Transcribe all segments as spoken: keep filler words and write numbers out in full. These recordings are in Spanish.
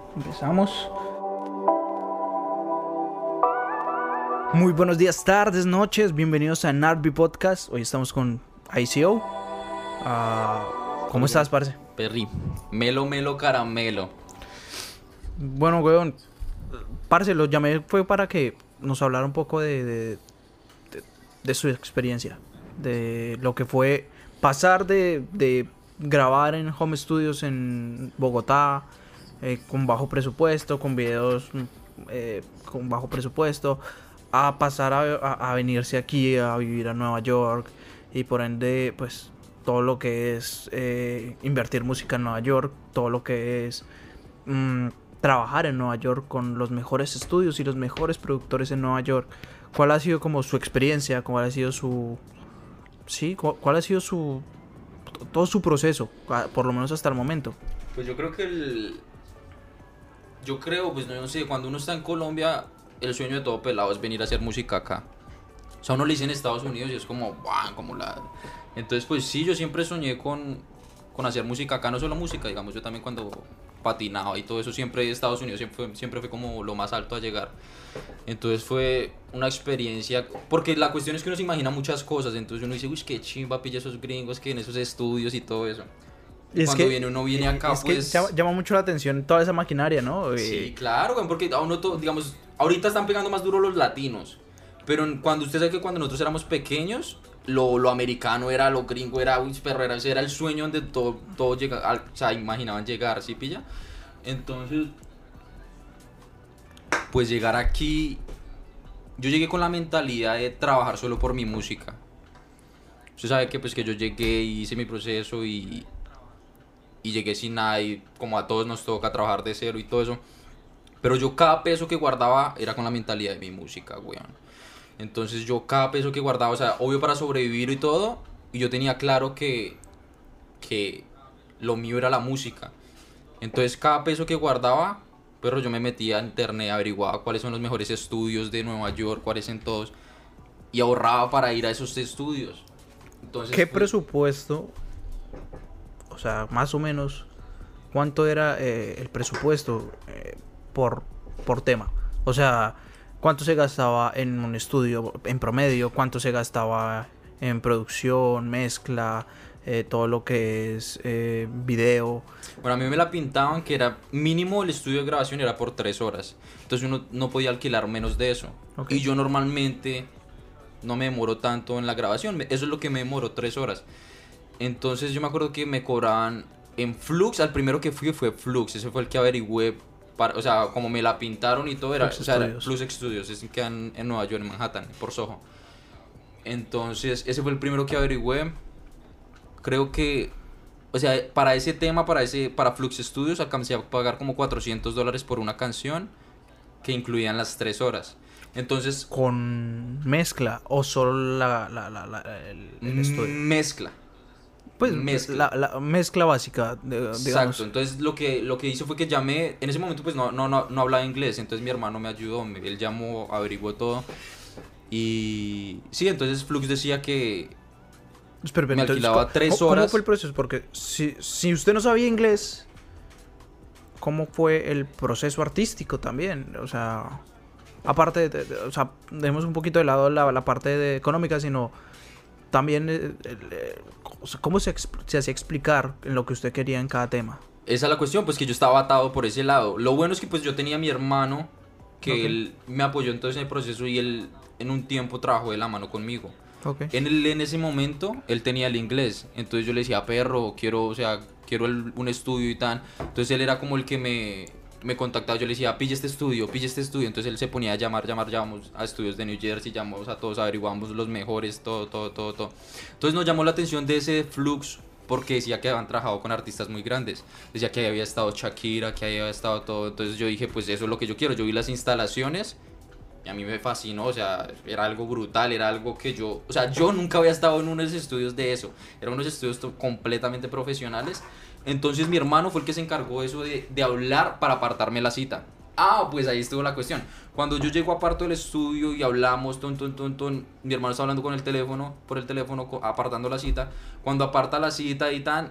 Empezamos. Muy buenos días, tardes, noches. Bienvenidos a Narby Podcast. Hoy estamos con I C O. Uh, ¿Cómo estás, parce? Perry, melo, melo, caramelo. Bueno, weón, parce, lo llamé fue para que nos hablara un poco de, de, de, de su experiencia. De lo que fue pasar de, de grabar en home studios en Bogotá, eh, con bajo presupuesto, con videos eh, con bajo presupuesto, a pasar a, a, a venirse aquí a vivir a Nueva York y por ende pues todo lo que es eh, invertir música en Nueva York, todo lo que es mmm, trabajar en Nueva York con los mejores estudios y los mejores productores en Nueva York. ¿Cuál ha sido como su experiencia? ¿Cuál ha sido su sí, cuál, cuál ha sido su todo su proceso, por lo menos hasta el momento? Pues yo creo que el yo creo, pues no, no sé, cuando uno está en Colombia, el sueño de todo pelado es venir a hacer música acá. O sea, uno le dice en Estados Unidos y es como, ¡buah! Como la... Entonces, pues sí, yo siempre soñé con, con hacer música acá, no solo música, digamos, yo también cuando patinaba y todo eso, siempre Estados Unidos siempre fue, siempre fue como lo más alto a llegar. Entonces fue una experiencia, porque la cuestión es que uno se imagina muchas cosas, entonces uno dice, uy, qué chimba pilla esos gringos que en esos estudios y todo eso. Y es cuando que, viene uno viene acá, es pues... que llama, llama mucho la atención toda esa maquinaria, ¿no? Sí, claro, porque a uno, todo, digamos, ahorita están pegando más duro los latinos, pero cuando usted sabe que cuando nosotros éramos pequeños, lo, lo americano era, lo gringo era, uy, perro, era, ese era el sueño donde todo, todo llega, o sea, imaginaban llegar, ¿sí pilla? Entonces, pues llegar aquí, yo llegué con la mentalidad de trabajar solo por mi música. Usted sabe que pues que yo llegué y hice mi proceso y, y llegué sin nada y como a todos nos toca trabajar de cero y todo eso. Pero yo cada peso que guardaba era con la mentalidad de mi música, weón. Entonces yo cada peso que guardaba, o sea, obvio para sobrevivir y todo, y yo tenía claro que, que lo mío era la música. Entonces cada peso que guardaba, pero yo me metía a internet, averiguaba cuáles son los mejores estudios de Nueva York, cuáles en todos, y ahorraba para ir a esos estudios. Entonces, ¿qué pues, presupuesto, o sea, más o menos, cuánto era eh, el presupuesto eh, por, por tema? O sea, ¿cuánto se gastaba en un estudio en promedio? ¿Cuánto se gastaba en producción, mezcla, eh, todo lo que es eh, video? Bueno, a mí me la pintaban que era mínimo el estudio de grabación era por tres horas. Entonces uno no podía alquilar menos de eso. Okay. Y yo normalmente no me demoro tanto en la grabación. Eso es lo que me demoró tres horas. Entonces yo me acuerdo que me cobraban en Flux. Al primero que fui fue Flux. Ese fue el que averigüé. Para, o sea, como me la pintaron y todo, era, Flux o sea, Studios. Era Flux Studios. Es que quedan en Nueva York, en Manhattan, por Soho. Entonces ese fue el primero que averigüé. Creo que, o sea, para ese tema, para ese para Flux Studios, alcancé a pagar como cuatrocientos dólares por una canción que incluían las tres horas. Entonces, ¿con mezcla o solo la, la, la, la el, el estudio? Mezcla. Pues mezcla. La, la mezcla básica, digamos. Exacto. Entonces lo que lo que hizo fue que llamé, en ese momento pues no no no, no hablaba inglés, entonces mi hermano me ayudó, me, él llamó, averiguó todo. Y sí, entonces Flux decía que Espera, me entonces, alquilaba ¿cómo, tres ¿cómo horas. fue el proceso? Porque si, si usted no sabía inglés, ¿cómo fue el proceso artístico también? O sea, aparte, de, de, o sea, dejemos un poquito de lado la, la parte de económica, sino también eh, eh, cómo se, se hacía explicar en lo que usted quería en cada tema. Esa es la cuestión, pues que yo estaba atado por ese lado. Lo bueno es que pues yo tenía a mi hermano, que okay. él me apoyó entonces en el proceso y él en un tiempo trabajó de la mano conmigo. Okay. En, el, en ese momento él tenía el inglés, entonces yo le decía, perro, quiero, o sea, quiero el, un estudio y tal. Entonces él era como el que me, me contactaba, yo le decía, pille este estudio, pille este estudio. Entonces él se ponía a llamar, llamar, llamamos a estudios de New Jersey, llamamos a todos, averiguamos los mejores, todo, todo, todo, todo. Entonces nos llamó la atención de ese Flux, porque decía que habían trabajado con artistas muy grandes. Decía que ahí había estado Shakira, que ahí había estado todo. Entonces yo dije, pues eso es lo que yo quiero. Yo vi las instalaciones y a mí me fascinó, o sea, era algo brutal, era algo que yo, o sea, yo nunca había estado en unos estudios de eso, eran unos estudios completamente profesionales. Entonces mi hermano fue el que se encargó de eso, de, de hablar para apartarme la cita. Ah, pues ahí estuvo la cuestión. Cuando yo llego aparto del estudio y hablamos, ton, ton, ton, ton, mi hermano está hablando con el teléfono, por el teléfono, apartando la cita. Cuando aparta la cita y tan,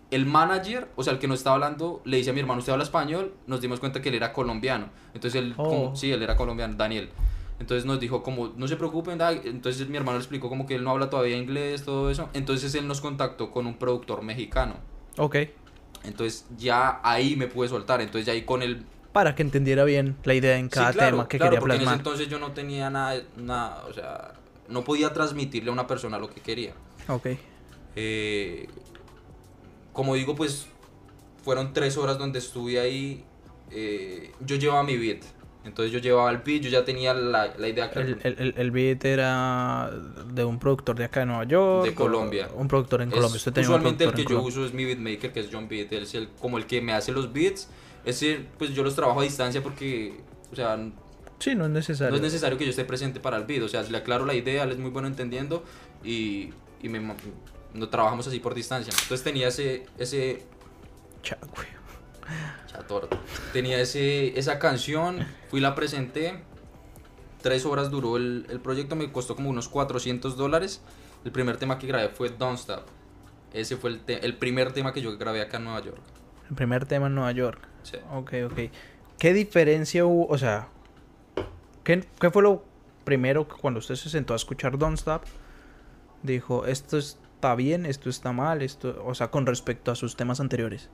el manager, o sea, el que nos estaba hablando, le dice a mi hermano, ¿usted habla español? Nos dimos cuenta que él era colombiano. Entonces él, Oh. como, sí, él era colombiano, Daniel. Entonces nos dijo como, no se preocupen, da. Entonces mi hermano le explicó como que él no habla todavía inglés, todo eso. Entonces él nos contactó con un productor mexicano. Ok. Entonces ya ahí me pude soltar. Entonces ya ahí con él... Para que entendiera bien la idea en cada sí, claro, tema que claro, quería porque en ese plasmar. entonces yo no tenía nada, nada, o sea, no podía transmitirle a una persona lo que quería. Ok. Eh, como digo, pues fueron tres horas donde estuve ahí. Eh, yo llevaba mi beat. Entonces yo llevaba el beat, yo ya tenía la, la idea que... El, el, el, el beat era de un productor de acá de Nueva York. De Colombia. Un productor en es, Colombia. Usted tenía un usualmente el productor que en yo Colombia. uso es mi beatmaker, que es John Beat. Él es el, como el que me hace los beats. Ese, pues yo los trabajo a distancia porque, o sea, Sí, no es necesario. no es necesario que yo esté presente para el beat. O sea, le aclaro la idea, él es muy bueno entendiendo y, y me, no trabajamos así por distancia. Entonces tenía ese, ese Cha, güey. Chator. Tenía ese, esa canción, fui la presenté, tres horas duró el, el proyecto, me costó como unos cuatrocientos dólares. El primer tema que grabé fue Don't Stop. Ese fue el, te- el primer tema que yo grabé acá en Nueva York. El primer tema en Nueva York. Sí. Ok, ok. ¿Qué diferencia hubo? O sea, ¿qué, qué fue lo primero que cuando usted se sentó a escuchar Don't Stop? Dijo, esto está bien, esto está mal, esto... O sea, con respecto a sus temas anteriores.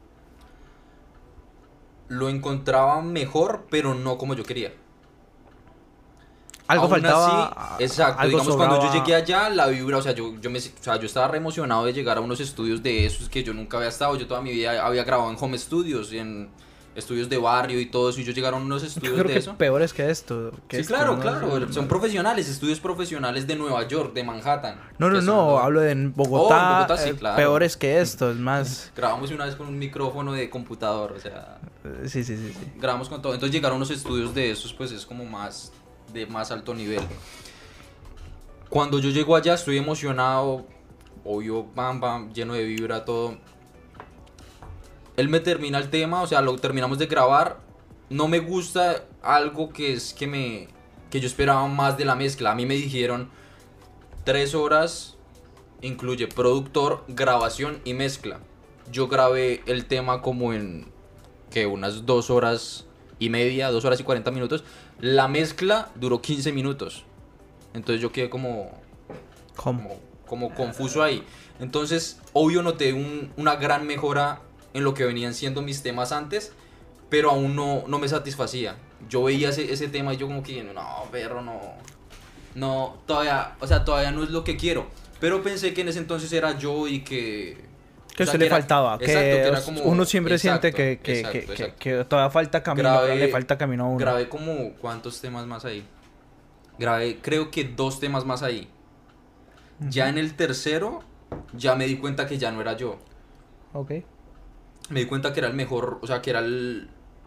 Lo encontraba mejor, pero no como yo quería. Algo Aún faltaba. así, exacto, algo digamos cuando yo sobraba. llegué allá, la vibra, o sea, yo, yo, me, o sea, yo estaba re emocionado de llegar a unos estudios de esos que yo nunca había estado. Yo toda mi vida había grabado en home studios, en estudios de barrio y todo eso, y yo llegaron a unos Yo estudios creo de que eso. peores que esto. Que Sí, esto, claro, ¿no? claro, son profesionales, estudios profesionales de Nueva York, de Manhattan. No, no, que son no, los- hablo de en Bogotá. Oh, en Bogotá sí, eh, claro. Peores que esto, es más. Grabamos una vez con un micrófono de computador, o sea, eh, Sí, sí, sí, sí. grabamos con todo. Entonces llegaron unos estudios de esos, pues es como más, de más alto nivel. Cuando yo llego allá estoy emocionado, obvio, bam, bam, lleno de vibra, todo. Él me termina el tema, o sea, lo terminamos de grabar. No me gusta algo que es que me, que yo esperaba más de la mezcla. A mí me dijeron tres horas, incluye productor, grabación y mezcla. Yo grabé el tema como en, que unas dos horas y media, dos horas y cuarenta minutos. La mezcla duró quince minutos. Entonces yo quedé como, ¿Cómo? como, como confuso ahí. Entonces, obvio noté un- una gran mejora en lo que venían siendo mis temas antes, pero aún no, no me satisfacía. Yo veía ese, ese tema y yo como que, no, perro, no, no, todavía, o sea, todavía no es lo que quiero. Pero pensé que en ese entonces era yo y que... Que o a sea, usted le era- faltaba. exacto, Que, que era os- como- uno siempre exacto, siente que, que, exacto, que, que- exacto. que todavía falta camino, Grabé- le falta camino a uno. Grabé como, ¿cuántos temas más ahí? Grabé creo que dos temas más ahí. Ya en el tercero, ya me di cuenta que ya no era yo. Ok. Me di cuenta que era el mejor, o sea, que era el,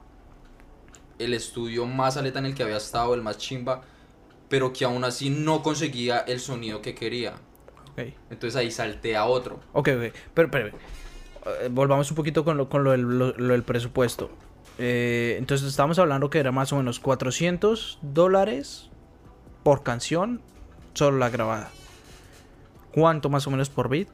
el estudio más aleta en el que había estado, el más chimba, pero que aún así no conseguía el sonido que quería. Ok. Entonces ahí salté a otro. Ok, ok. Pero, pero, eh, volvamos un poquito con lo, con lo, del, lo- lo del presupuesto. Eh, entonces estábamos hablando que era más o menos cuatrocientos dólares por canción, solo la grabada. ¿Cuánto más o menos por beat?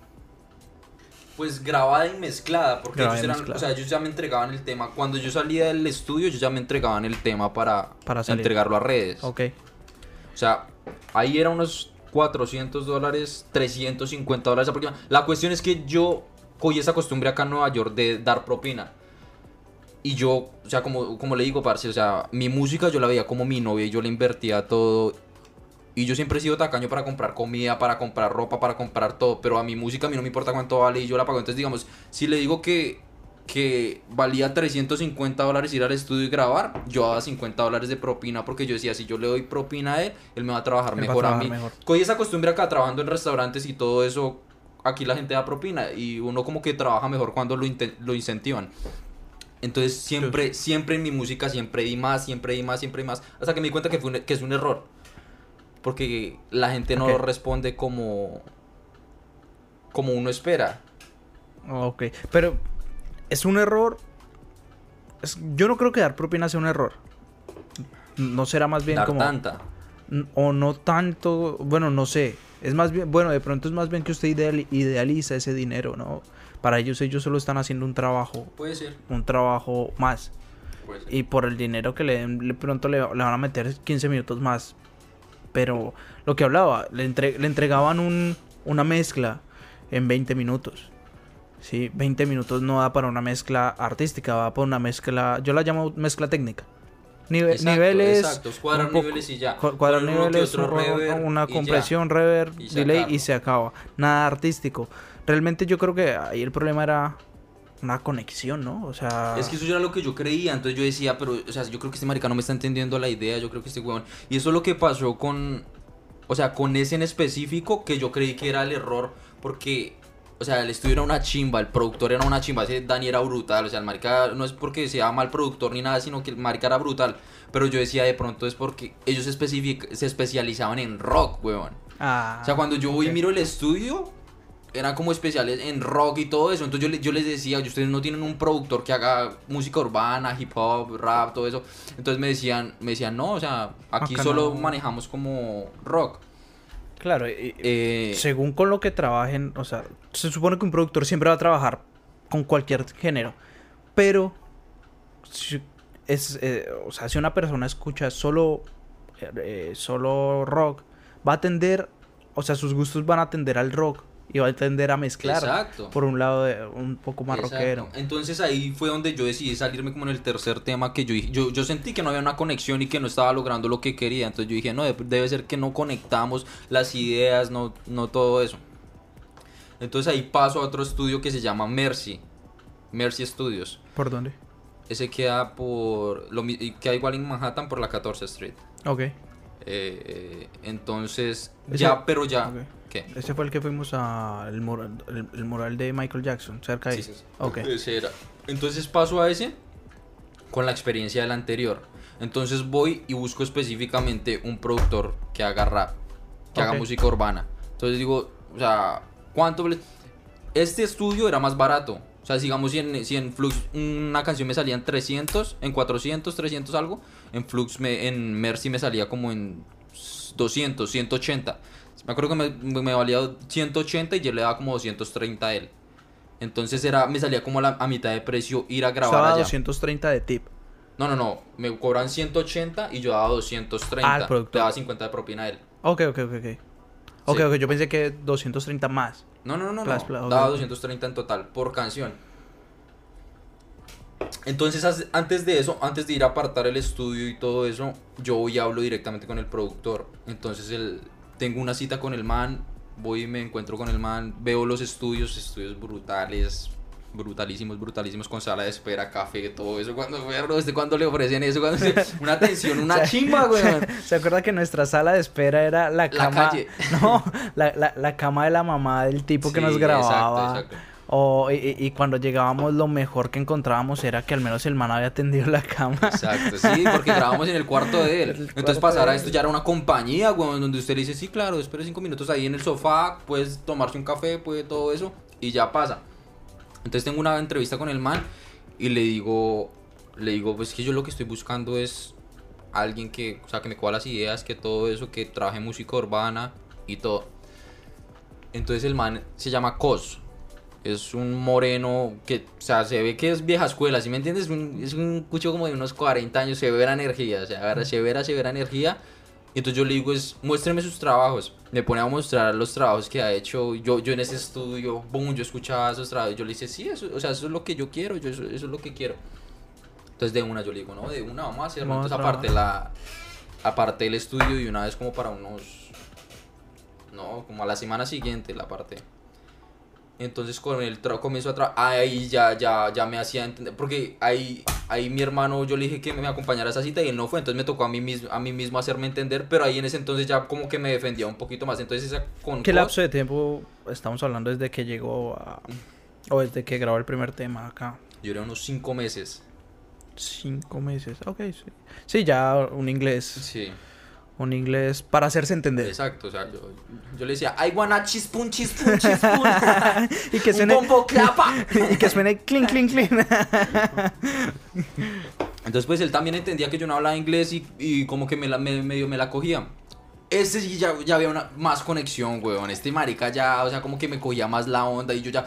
Pues grabada y mezclada, porque Grabada ellos y eran, mezclada. o sea, ellos ya me entregaban el tema. Cuando yo salía del estudio, ellos ya me entregaban el tema para, Para salir. entregarlo a redes. Ok. O sea, ahí era unos cuatrocientos dólares, trescientos cincuenta dólares aproximadamente. La cuestión es que yo cogí esa costumbre acá en Nueva York de dar propina. Y yo, o sea, como, como le digo, parce, o sea, mi música yo la veía como mi novia y yo le invertía todo. Y yo siempre he sido tacaño para comprar comida, para comprar ropa, para comprar todo. Pero a mi música a mí no me importa cuánto vale y yo la pago. Entonces, digamos, si le digo que, que valía trescientos cincuenta dólares ir al estudio y grabar, yo daba cincuenta dólares de propina porque yo decía, si yo le doy propina a él, él me va a trabajar Él va a mejor a, trabajar mí. mejor. Cogí esa costumbre acá trabajando en restaurantes y todo eso. Aquí la gente da propina y uno como que trabaja mejor cuando lo, inte- lo incentivan. Entonces siempre, siempre en mi música siempre di más, siempre di más, siempre di más. Hasta que me di cuenta que, fue un- que es un error. Porque la gente no Ok. responde como, como uno espera. Ok. Pero es un error. Es- yo no creo que dar propina sea un error. No será más bien Dar como. tanta. N- O no tanto, bueno, no sé. Es más bien, bueno, de pronto es más bien que usted ideali- idealiza ese dinero, ¿no? para ellos ellos solo están haciendo un trabajo, Puede ser. un trabajo más. Puede ser. Y por el dinero que le den, de pronto le, le van a meter quince minutos más. Pero lo que hablaba, le, entre, le entregaban un, una mezcla en veinte minutos. Sí, veinte minutos no da para una mezcla artística, va para una mezcla, yo la llamo mezcla técnica. Nive, Exacto, niveles, exacto, cuadrar un poco- niveles y ya. cu- cuadrar Poner uno que niveles, otro un- reverb una y ya. compresión, reverb, Y delay sacarlo. y se acaba. Nada artístico. Realmente yo creo que ahí el problema era una conexión, ¿no? O sea, Es que eso ya era lo que yo creía, entonces yo decía, pero, o sea, yo creo que este marica no me está entendiendo la idea, yo creo que este huevón... Y eso es lo que pasó con, o sea, con ese en específico, que yo creí que era el error, porque, o sea, el estudio era una chimba, el productor era una chimba, ese Dani era brutal, o sea, el marica no es porque sea mal productor ni nada, sino que el marica era brutal, pero yo decía, de pronto es porque ellos se, especific- se especializaban en rock, huevón. ah, O sea, cuando yo voy y ok. miro el estudio, eran como especiales en rock y todo eso. Entonces yo, le- yo les decía, "Oye, ustedes no tienen un productor que haga música urbana, hip hop, rap, todo eso". Entonces me decían, me decían, no, o sea, aquí Acá solo no. manejamos como rock. Claro, y- Eh, según con lo que trabajen, o sea, se supone que un productor siempre va a trabajar con cualquier género, pero si es, eh, o sea, si una persona escucha solo, eh, solo rock, va a tender, o sea, sus gustos van a tender al rock y va a tender a mezclar Exacto. por un lado de un poco más Exacto. rockero. Entonces ahí fue donde yo decidí salirme como en el tercer tema que yo dije, yo, yo sentí que no había una conexión y que no estaba logrando lo que quería, entonces yo dije, no, de- debe ser que no conectamos las ideas, no, no todo eso. Entonces ahí paso a otro estudio que se llama Mercy, Mercy Studios. ¿Por dónde? Ese queda por, lo, mi- queda igual en Manhattan por la catorce Street. Ok. Eh, eh, entonces, Ese- ya, pero ya, ok. ¿qué? Ese fue el que fuimos al mural, el, el mural de Michael Jackson, cerca de ahí. Sí, sí, sí. Ok. Ese era. Entonces paso a ese con la experiencia del anterior. Entonces voy y busco específicamente un productor que haga rap, que haga Ok. música urbana. Entonces digo, o sea, ¿cuánto? le- Este estudio era más barato. O sea, digamos, si en, si en Flux una canción me salía en trescientos, en cuatrocientos, trescientos algo, en Flux, me, en Mercy me salía como en doscientos, ciento ochenta. Me acuerdo que me, me valía ciento ochenta y yo le daba como doscientos treinta a él. Entonces era, me salía como a, la, a mitad de precio ir a grabar Estaba allá. doscientos treinta de tip. No, no, no, me cobran ciento ochenta y yo daba doscientos treinta. Al productor. Le daba cincuenta de propina a él. Ok, ok, ok, ok. Ok, Sí. ok, yo pensé que doscientos treinta más. No, no, no, no, Plas, no. plas, ok, Daba ok. doscientos treinta en total por canción. Entonces, as- antes de eso, antes de ir a apartar el estudio y todo eso, yo voy y hablo directamente con el productor. Entonces, el, tengo una cita con el man, voy y me encuentro con el man, veo los estudios, estudios brutales, brutalísimos, brutalísimos, con sala de espera, café, todo eso. Cuando, perro, este, cuando le ofrecen eso, cuando se- una atención, una O sea, chimba, güey. ¿Se acuerda que nuestra sala de espera era la La cama? calle. No, la, la, la cama de la mamá del tipo que Sí, nos grababa. Exacto, exacto. O, y, y- y cuando llegábamos lo mejor que encontrábamos era que al menos el man había tendido la cama. Exacto, sí, porque grabamos en el cuarto de él. El Entonces cuarto pasar de a él. esto ya era una compañía, güey, donde usted le dice, sí, claro, espere cinco minutos ahí en el sofá, puedes tomarse un café, puede todo eso, y ya pasa. Entonces tengo una entrevista con el man y le digo, le digo, pues que yo lo que estoy buscando es alguien que, o sea, que me coja las ideas, que todo eso, que trabaje música urbana y todo. Entonces el man se llama Cos. Es un moreno que, o sea, se ve que es vieja escuela, ¿sí me entiendes? Es un, es un cucho como de unos cuarenta años, severa energía, o sea, severa, severa energía. Y entonces yo le digo, es, muéstreme sus trabajos. Me pone a mostrar los trabajos que ha hecho. Yo, yo en ese estudio, boom, yo escuchaba esos trabajos. Yo le dije, sí, eso, o sea, eso es lo que yo quiero, yo, eso, eso es lo que quiero. Entonces de una yo le digo, no, de una vamos a hacerlo. Vamos a Entonces aparte la, aparte el estudio y una vez como para unos, no, como a la semana siguiente la parte. Entonces con el tra comienzo a trabajar, ahí ya, ya, ya me hacía entender, porque ahí, ahí mi hermano, yo le dije que me acompañara a esa cita y él no fue, entonces me tocó a mí mismo, a mí mismo hacerme entender, pero ahí en ese entonces ya como que me defendía un poquito más, entonces esa con ¿Qué Cos- lapso de tiempo estamos hablando desde que llegó a... o desde que grabó el primer tema acá? yo era unos cinco meses, Cinco meses, ok, sí. Sí, ya un inglés, sí, un inglés para hacerse entender. exacto, o sea, yo, yo le decía, I wanna chispun, chispun, chispun, Y que un suene... bombo clapa. y que suene clink, clink, clink. Entonces pues él también entendía que yo no hablaba inglés y, y como que me la, me, medio me la cogía. Este sí ya, ya había una más conexión, weón. Este marica ya, o sea, como que me cogía más la onda y yo ya...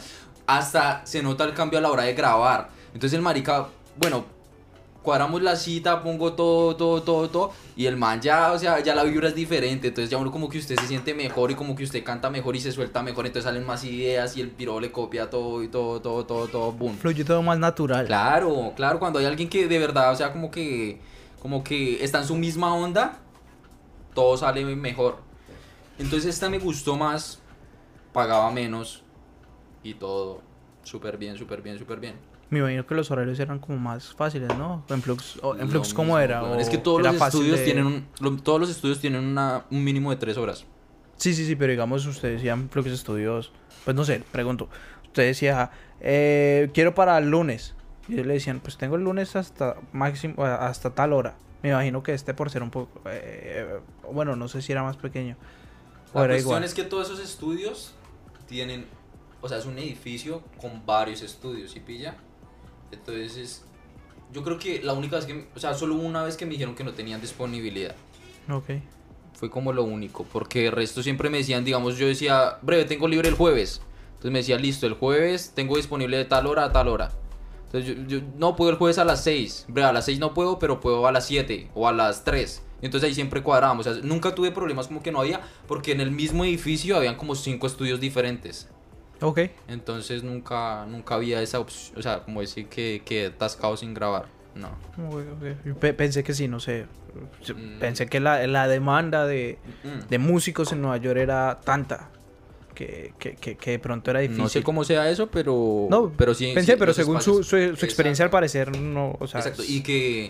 hasta se nota el cambio a la hora de grabar. Entonces el marica, bueno, cuadramos la cita, pongo todo, todo, todo, todo, y el man ya, o sea, ya la vibra es diferente, entonces ya uno como que usted se siente mejor y como que usted canta mejor y se suelta mejor, entonces salen más ideas y el piro le copia todo y todo, todo, todo, todo, boom. Fluye todo más natural. Claro, claro, cuando hay alguien que de verdad, o sea, como que, como que está en su misma onda, todo sale mejor. Entonces esta me gustó más, pagaba menos y todo súper bien, súper bien, súper bien. Me imagino que los horarios eran como más fáciles, ¿no? En Flux, o- en Lo Flux ¿cómo mismo, era? weón. ¿O Es que todos era los fácil estudios de- tienen un, lo- todos los estudios tienen una, un mínimo de tres horas. Sí, sí, sí, pero digamos ustedes decían Flux Studios, pues no sé, pregunto. Usted decía, eh, quiero para el lunes. Y ellos le decían, pues tengo el lunes hasta máximo, hasta tal hora. Me imagino que este por ser un poco, eh, bueno, no sé si era más pequeño. O La era cuestión igual. es que todos esos estudios tienen, o sea, es un edificio con varios estudios, ¿sí pilla? Entonces, es- yo creo que la única vez que, o sea, solo una vez que me dijeron que no tenían disponibilidad. Ok. Fue como lo único, porque el resto siempre me decían, digamos, yo decía, breve, tengo libre el jueves. Entonces me decía, listo, el jueves tengo disponible de tal hora a tal hora. Entonces yo, yo no puedo el jueves a las seis. Breve, a las seis no puedo, pero puedo a las siete o a las tres. Entonces ahí siempre cuadrábamos. O sea, nunca tuve problemas como que no había, porque en el mismo edificio habían como cinco estudios diferentes. Ok. Entonces nunca, nunca había esa opción, o sea, como decir que, que atascado sin grabar. No. Ok, ok. Yo pe- pensé que sí, no sé. Yo Mm. Pensé que la, la demanda de, Mm. de músicos en Nueva York era tanta que, que, que, que de pronto era difícil. No sé cómo sea eso, pero. No, pero sí. pensé, sí, pero los según su, espacios. su, su experiencia al Exacto. parecer no, o sea, Exacto, y que,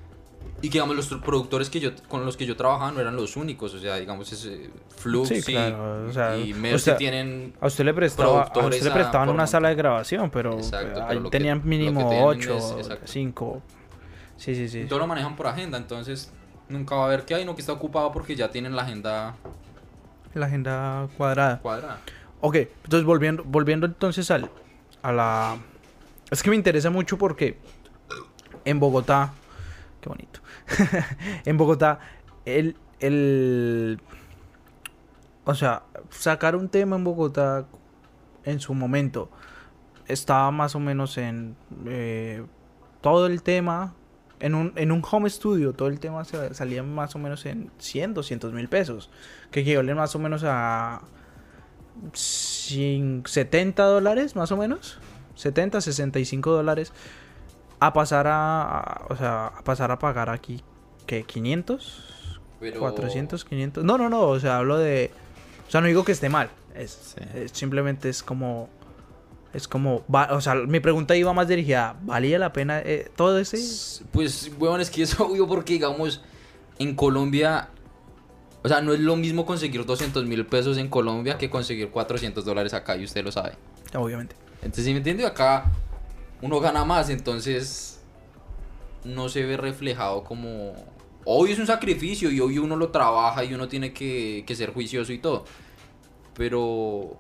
y que digamos los productores que yo, con los que yo trabajaba no eran los únicos, o sea, digamos ese Flux Sí, y, claro, o sea, y o Mercy sea, tienen, a usted le prestaba, a productores usted le a- prestaban por una montón. sala de grabación, pero Exacto, ahí pero lo que- tenían lo que mínimo tienen ocho, es- exacto. cinco. Sí, sí, sí. todo lo manejan por agenda, entonces nunca va a haber que hay, no que está ocupado porque ya tienen la agenda La agenda cuadrada. cuadrada. Ok, entonces volviendo, volviendo entonces al, a la... Es que me interesa mucho porque en Bogotá... Qué bonito. En Bogotá, el, el... O sea, sacar un tema en Bogotá en su momento estaba más o menos en... eh, todo el tema... En un, en un home studio, todo el tema se- salía más o menos en cien, doscientos mil pesos. Que equivalen más o menos a... cin- setenta dólares más o menos, setenta, sesenta y cinco dólares, a pasar a, a- o sea, a pasar a pagar aquí, ¿qué? quinientos, Pero cuatrocientos, quinientos, no, no, no, o sea, hablo de, o sea, no digo que esté mal, es, Sí. es- simplemente es como, es como, va- o sea, mi pregunta iba más dirigida, ¿valía la pena eh, todo ese? Pues, bueno, es que es obvio porque, digamos, en Colombia, o sea, no es lo mismo conseguir doscientos mil pesos en Colombia que conseguir cuatrocientos dólares acá, y usted lo sabe. Obviamente. Entonces, ¿sí me entiende? Acá uno gana más, entonces no se ve reflejado como... Obvio es un sacrificio y obvio uno lo trabaja y uno tiene que, que ser juicioso y todo. Pero...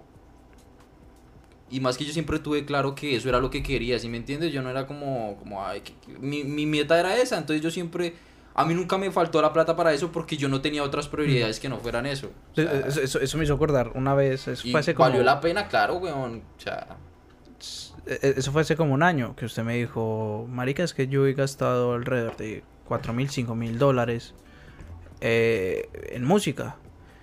Y más que yo siempre tuve claro que eso era lo que quería, ¿sí me entiendes? Yo no era como... como ay, que- que- mi, mi meta era esa, entonces yo siempre... A mí nunca me faltó la plata para eso porque yo no tenía otras prioridades que no fueran eso. O sea, Eso, eso- eso me hizo acordar una vez, eso y fue hace como... valió la pena, claro, weón. O sea... Eh, Eso fue hace como un año que usted me dijo, marica, es que yo he gastado alrededor de cuatro mil, cinco mil dólares eh, en música.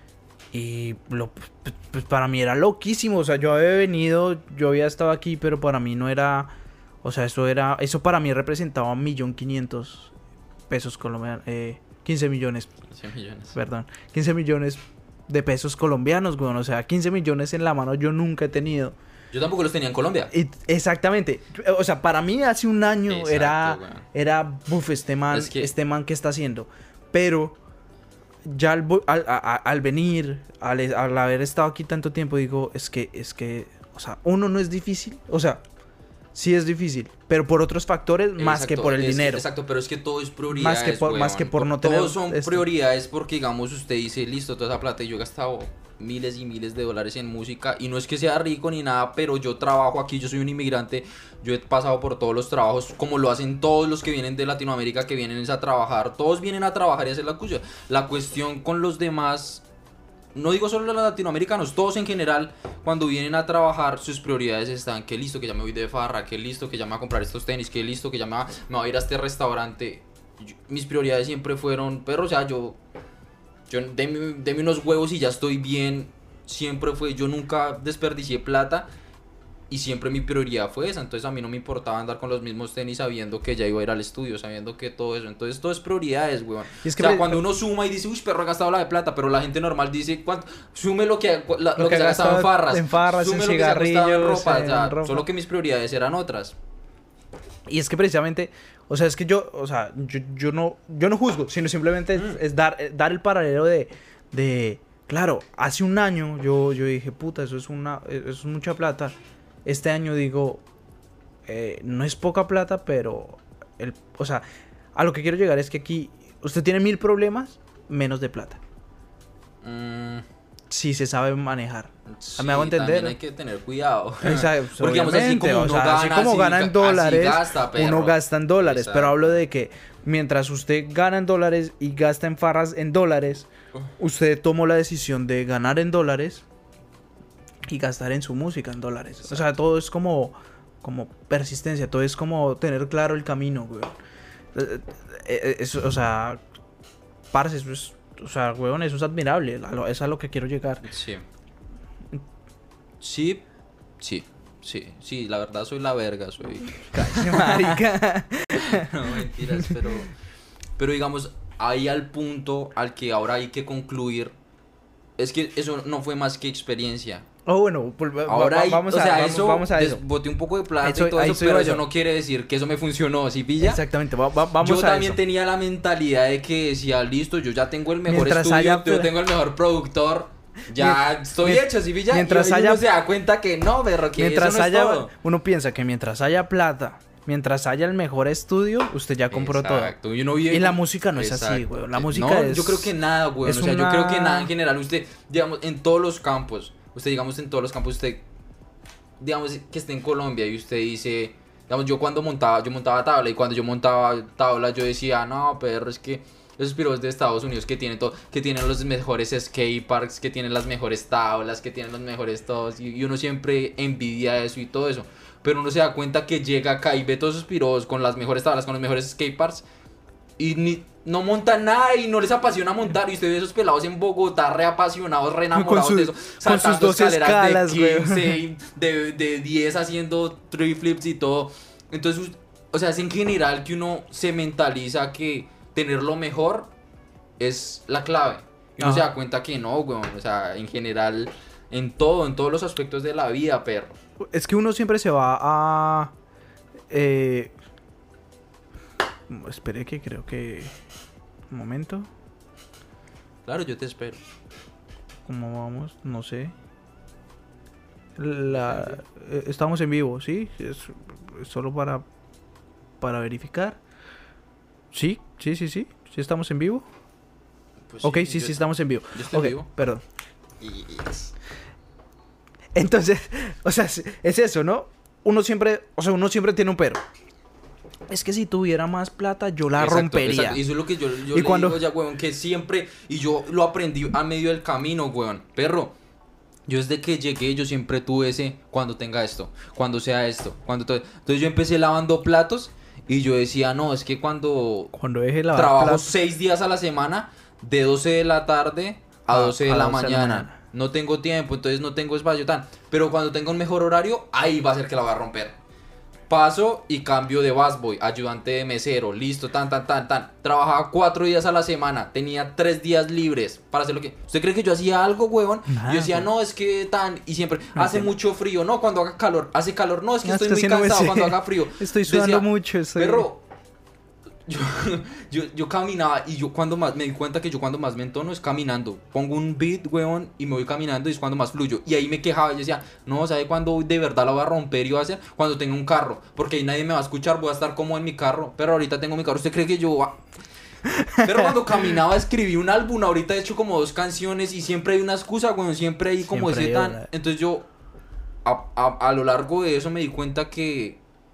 Y lo, pues, pues, para mí era loquísimo, o sea, yo había venido, yo había estado aquí, pero para mí no era, o sea, eso era, eso para mí representaba un millón quinientos pesos colombianos, eh, quince millones, cien millones. perdón, quince millones de pesos colombianos, weón, o sea, quince millones en la mano yo nunca he tenido. Yo tampoco los tenía en Colombia. Y- exactamente. O sea, para mí hace un año Exacto, era, weón. era, buf, este man, Es que- este man que está haciendo. Pero ya al, vo- al, a- a- al venir, al, al haber estado aquí tanto tiempo, digo, es que, es que, o sea, uno no es difícil. O sea, sí es difícil, pero por otros factores más que Exacto, por el es- dinero. Exacto, pero es que todo es prioridades. Más que por- más weón. que por no tener Todos son esto. prioridades porque, digamos, usted dice, listo, toda esa plata y yo he gastado miles y miles de dólares en música y no es que sea rico ni nada, pero yo trabajo aquí, yo soy un inmigrante, yo he pasado por todos los trabajos como lo hacen todos los que vienen de Latinoamérica, que vienen es a trabajar, todos vienen a trabajar y a hacer la cuestión. La cuestión con los demás no digo solo los latinoamericanos, todos en general, cuando vienen a trabajar, sus prioridades están, que listo, que ya me voy de farra, que listo, que ya me voy a comprar estos tenis, que listo, que ya me, va, me voy a ir a este restaurante. Yo, mis prioridades siempre fueron, pero o sea, yo, yo deme, deme unos huevos y ya estoy bien. Siempre fue, yo nunca desperdicié plata y siempre mi prioridad fue esa. Entonces a mí no me importaba andar con los mismos tenis sabiendo que ya iba a ir al estudio, sabiendo que todo eso. Entonces todo es prioridades, weón. Y es que o sea, me... cuando uno suma y dice, uy, perro, he gastado la de plata, pero la gente normal dice, ¿cuánto? Sume lo que, la, lo, lo que, que se ha gastado en farras, en farras, sume en lo que se ha gastado en ropa, en o sea, ropa. Solo que mis prioridades eran otras. Y es que precisamente, o sea, es que yo, o sea, yo, yo no, yo no juzgo, sino simplemente mm. es, es dar, dar el paralelo de, de, claro, hace un año yo, yo dije, puta, eso es una, eso es mucha plata. Este año digo, eh, no es poca plata, pero, el, o sea, a lo que quiero llegar es que aquí usted tiene mil problemas menos de plata. Mm. Si se sabe manejar. Sí, me hago entender. También hay que tener cuidado. Exacto, porque digamos así como uno o sea, gana, así como así, gana en dólares, gasta, uno gasta en dólares. Exacto. Pero hablo de que mientras usted gana en dólares y gasta en farras en dólares, usted tomó la decisión de ganar en dólares y gastar en su música en dólares. Exacto. O sea, todo es como, como persistencia, todo es como tener claro el camino, güey. Eso, o sea, parce, eso es... O sea, weón, eso es admirable. Es a lo que quiero llegar. Sí. Sí, sí, sí, sí, la verdad soy la verga, soy... Calle, marica. No, mentiras, pero... Pero digamos, ahí al punto al que ahora hay que concluir, es que eso no fue más que experiencia. Oh, bueno, ahora hay, vamos, o a, sea, vamos, eso, vamos a eso. Boté un poco de plata eso, y todo eso, pero eso yo. no quiere decir que eso me funcionó, ¿sí pilla? Exactamente, va, va, vamos yo a eso. Yo también tenía la mentalidad de que decía, listo, yo ya tengo el mejor mientras estudio, haya... yo tengo el mejor productor, ya Mient... estoy Mient... hecho, ¿sí pilla? Mientras y, haya... y uno se da cuenta que no, pero que mientras eso no haya... es todo. Uno piensa que mientras haya plata, mientras haya el mejor estudio, usted ya compró Exacto. todo. Y, uno vive... y la música no es Exacto. así, güey. La música no, es... yo creo que nada, güey. O sea, una... yo creo que nada en general. Usted, digamos, en todos los campos, usted, digamos, en todos los campos, usted, digamos, que esté en Colombia y usted dice, digamos, yo cuando montaba, yo montaba tabla y cuando yo montaba tabla yo decía, no, perro, es que esos piros de Estados Unidos que tienen todo, que tienen los mejores skate parks, que tienen las mejores tablas, que tienen los mejores todos, y, y uno siempre envidia eso y todo eso. Pero uno se da cuenta que llega acá y ve todos esos piros con las mejores tablas, con los mejores skateparks y ni, no montan nada y no les apasiona montar. Y usted ve esos pelados en Bogotá re apasionados, re enamorados su, de eso, con sus dos escalas, de quince, de, de diez haciendo three flips y todo. Entonces, o sea, es en general que uno se mentaliza que tener lo mejor es la clave. Y uno Ajá. se da cuenta que no, weón. O sea, en general, en todo, en todos los aspectos de la vida, perro. Es que uno siempre se va a... Eh... Espere que creo que... Un momento. Claro, yo te espero. ¿Cómo vamos? No sé. La... Eh, estamos en vivo, ¿sí? Es, es solo para... Para verificar. Sí, sí, sí, sí. ¿Sí estamos en vivo? Pues ok, sí, sí, sí, estamos en vivo. Yo estoy okay, en vivo. Perdón. Yes. Entonces, o sea, es eso, ¿no? Uno siempre, o sea, uno siempre tiene un pero. Es que si tuviera más plata, yo la exacto, rompería. Exacto. Eso es lo que yo, yo y le cuando... digo ya, weón, que siempre, y yo lo aprendí a medio del camino, weón. Perro, yo desde que llegué, yo siempre tuve ese, cuando tenga esto, cuando sea esto, cuando todo. Entonces yo empecé lavando platos y yo decía, no, es que cuando, cuando deje lavar trabajo platos... seis días a la semana, de doce de la tarde a doce de, a la, doce mañana. de la mañana. No tengo tiempo, entonces no tengo espacio tan. Pero cuando tenga un mejor horario, ahí va a ser que la voy a romper. Paso y cambio de busboy, ayudante de mesero, listo, tan, tan, tan, tan. Trabajaba cuatro días a la semana, tenía tres días libres para hacer lo que... ¿Usted cree que yo hacía algo, huevón? Nah, yo decía, no, es que tan... Y siempre, no hace entiendo. mucho frío, no, cuando haga calor, hace calor, no, es que no, estoy muy cansado me... cuando haga frío. Estoy sudando decía, mucho, estoy... Perro, Yo, yo, yo caminaba y yo cuando más me di cuenta que yo cuando más me entono es caminando. Pongo un beat, weón, y me voy caminando y es cuando más fluyo. Y ahí me quejaba, yo decía, no, ¿sabe cuándo de verdad la voy a romper y voy a hacer? Cuando tenga un carro, porque ahí nadie me va a escuchar, voy a estar como en mi carro. Pero ahorita tengo mi carro, ¿usted cree que yo...? Pero cuando caminaba escribí un álbum, ahorita he hecho como dos canciones y siempre hay una excusa, weón, siempre hay como siempre ese hay tan... Entonces yo, a, a, a lo largo de eso me di cuenta que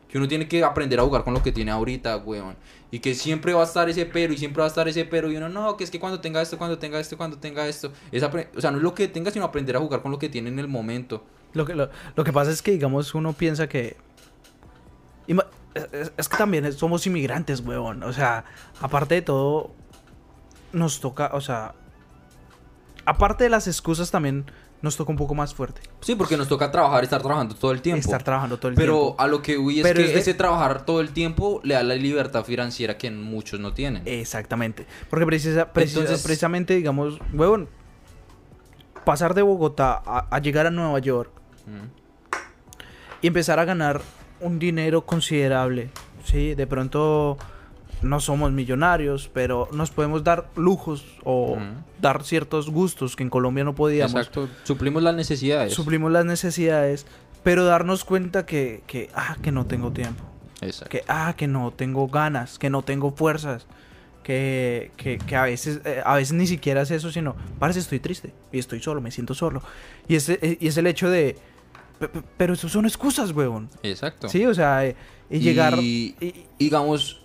Que uno tiene que aprender a jugar con lo que tiene ahorita, weón. Y que siempre va a estar ese pero, y siempre va a estar ese pero. Y uno, no, que es que cuando tenga esto, cuando tenga esto, cuando tenga esto. Es apre- o sea, no es lo que tenga, sino aprender a jugar con lo que tiene en el momento. Lo que, lo, lo que pasa es que, digamos, uno piensa que... ima- Es, es que también es- somos inmigrantes, weón. O sea, aparte de todo, nos toca, o sea... Aparte de las excusas también nos toca un poco más fuerte. Sí, porque nos toca trabajar, estar trabajando todo el tiempo. Estar trabajando todo el Pero tiempo. a lo que voy es Pero que es de- ese trabajar todo el tiempo le da la libertad financiera que muchos no tienen. Exactamente. Porque precisa, precisa- Entonces- precisamente, digamos, weón, pasar de Bogotá a, a llegar a Nueva York Mm. y empezar a ganar un dinero considerable, ¿sí? De pronto no somos millonarios, pero nos podemos dar lujos o Ujú. dar ciertos gustos que en Colombia no podíamos. Exacto, suplimos las necesidades. Suplimos las necesidades, pero darnos cuenta que, que, ah, que no tengo tiempo. Exacto. Que, ah, que no tengo ganas, que no tengo fuerzas. Que, que, que a veces eh, a veces ni siquiera es eso, sino, parece estoy triste y estoy solo, me siento solo. Y es, eh, y es el hecho de... pe- pe- Pero eso son excusas, weón. Exacto. Sí, o sea, eh, y llegar... Y, y- digamos,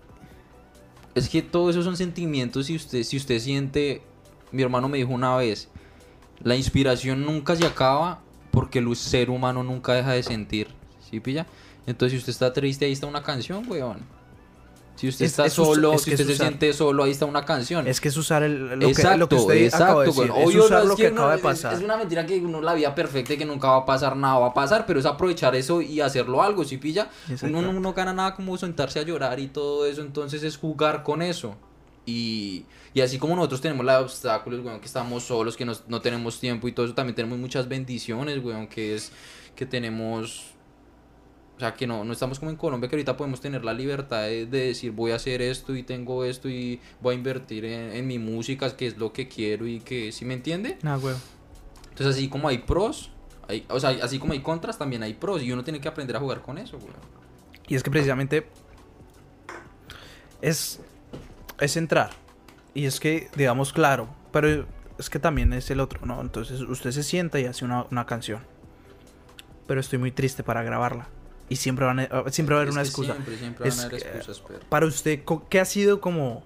es que todo eso son sentimientos. Si usted, si usted siente, mi hermano me dijo una vez, la inspiración nunca se acaba porque el ser humano nunca deja de sentir. ¿Sí pilla? Entonces, si usted está triste, ahí está una canción, weón. Si usted Es- está es us- solo, es si que usted es se usar. siente solo, ahí está una canción. es que es usar el, lo, Exacto, que, lo que usted exacto, acaba de decir. güey. Es Obvio, usar no, lo es que uno- acaba de es- pasar. Es, una mentira que uno la vida perfecta y que nunca va a pasar nada, va a pasar, pero es aprovechar eso y hacerlo algo, ¿sí pilla? Exacto. Uno no, no gana nada como sentarse a llorar y todo eso, entonces es jugar con eso. Y, y así como nosotros tenemos los obstáculos, weón, que estamos solos, que nos- no tenemos tiempo y todo eso, también tenemos muchas bendiciones, weón, que es que tenemos... O sea, que no, no estamos como en Colombia, que ahorita podemos tener la libertad de, de decir voy a hacer esto y tengo esto y voy a invertir en, en mi música, que es lo que quiero y que, ¿sí me entiende? Ah, weón. Entonces así como hay pros, hay, o sea, así como hay contras, también hay pros y uno tiene que aprender a jugar con eso, güey. Y es que precisamente es, es entrar. Y es que, digamos, claro, pero es que también es el otro, ¿no? Entonces usted se sienta y hace una, una canción. Pero estoy muy triste para grabarla. Y siempre, van a, siempre va a haber Es una que excusa. Siempre, siempre van a Es haber que, excusas, pero... Para usted, co- ¿qué ha sido como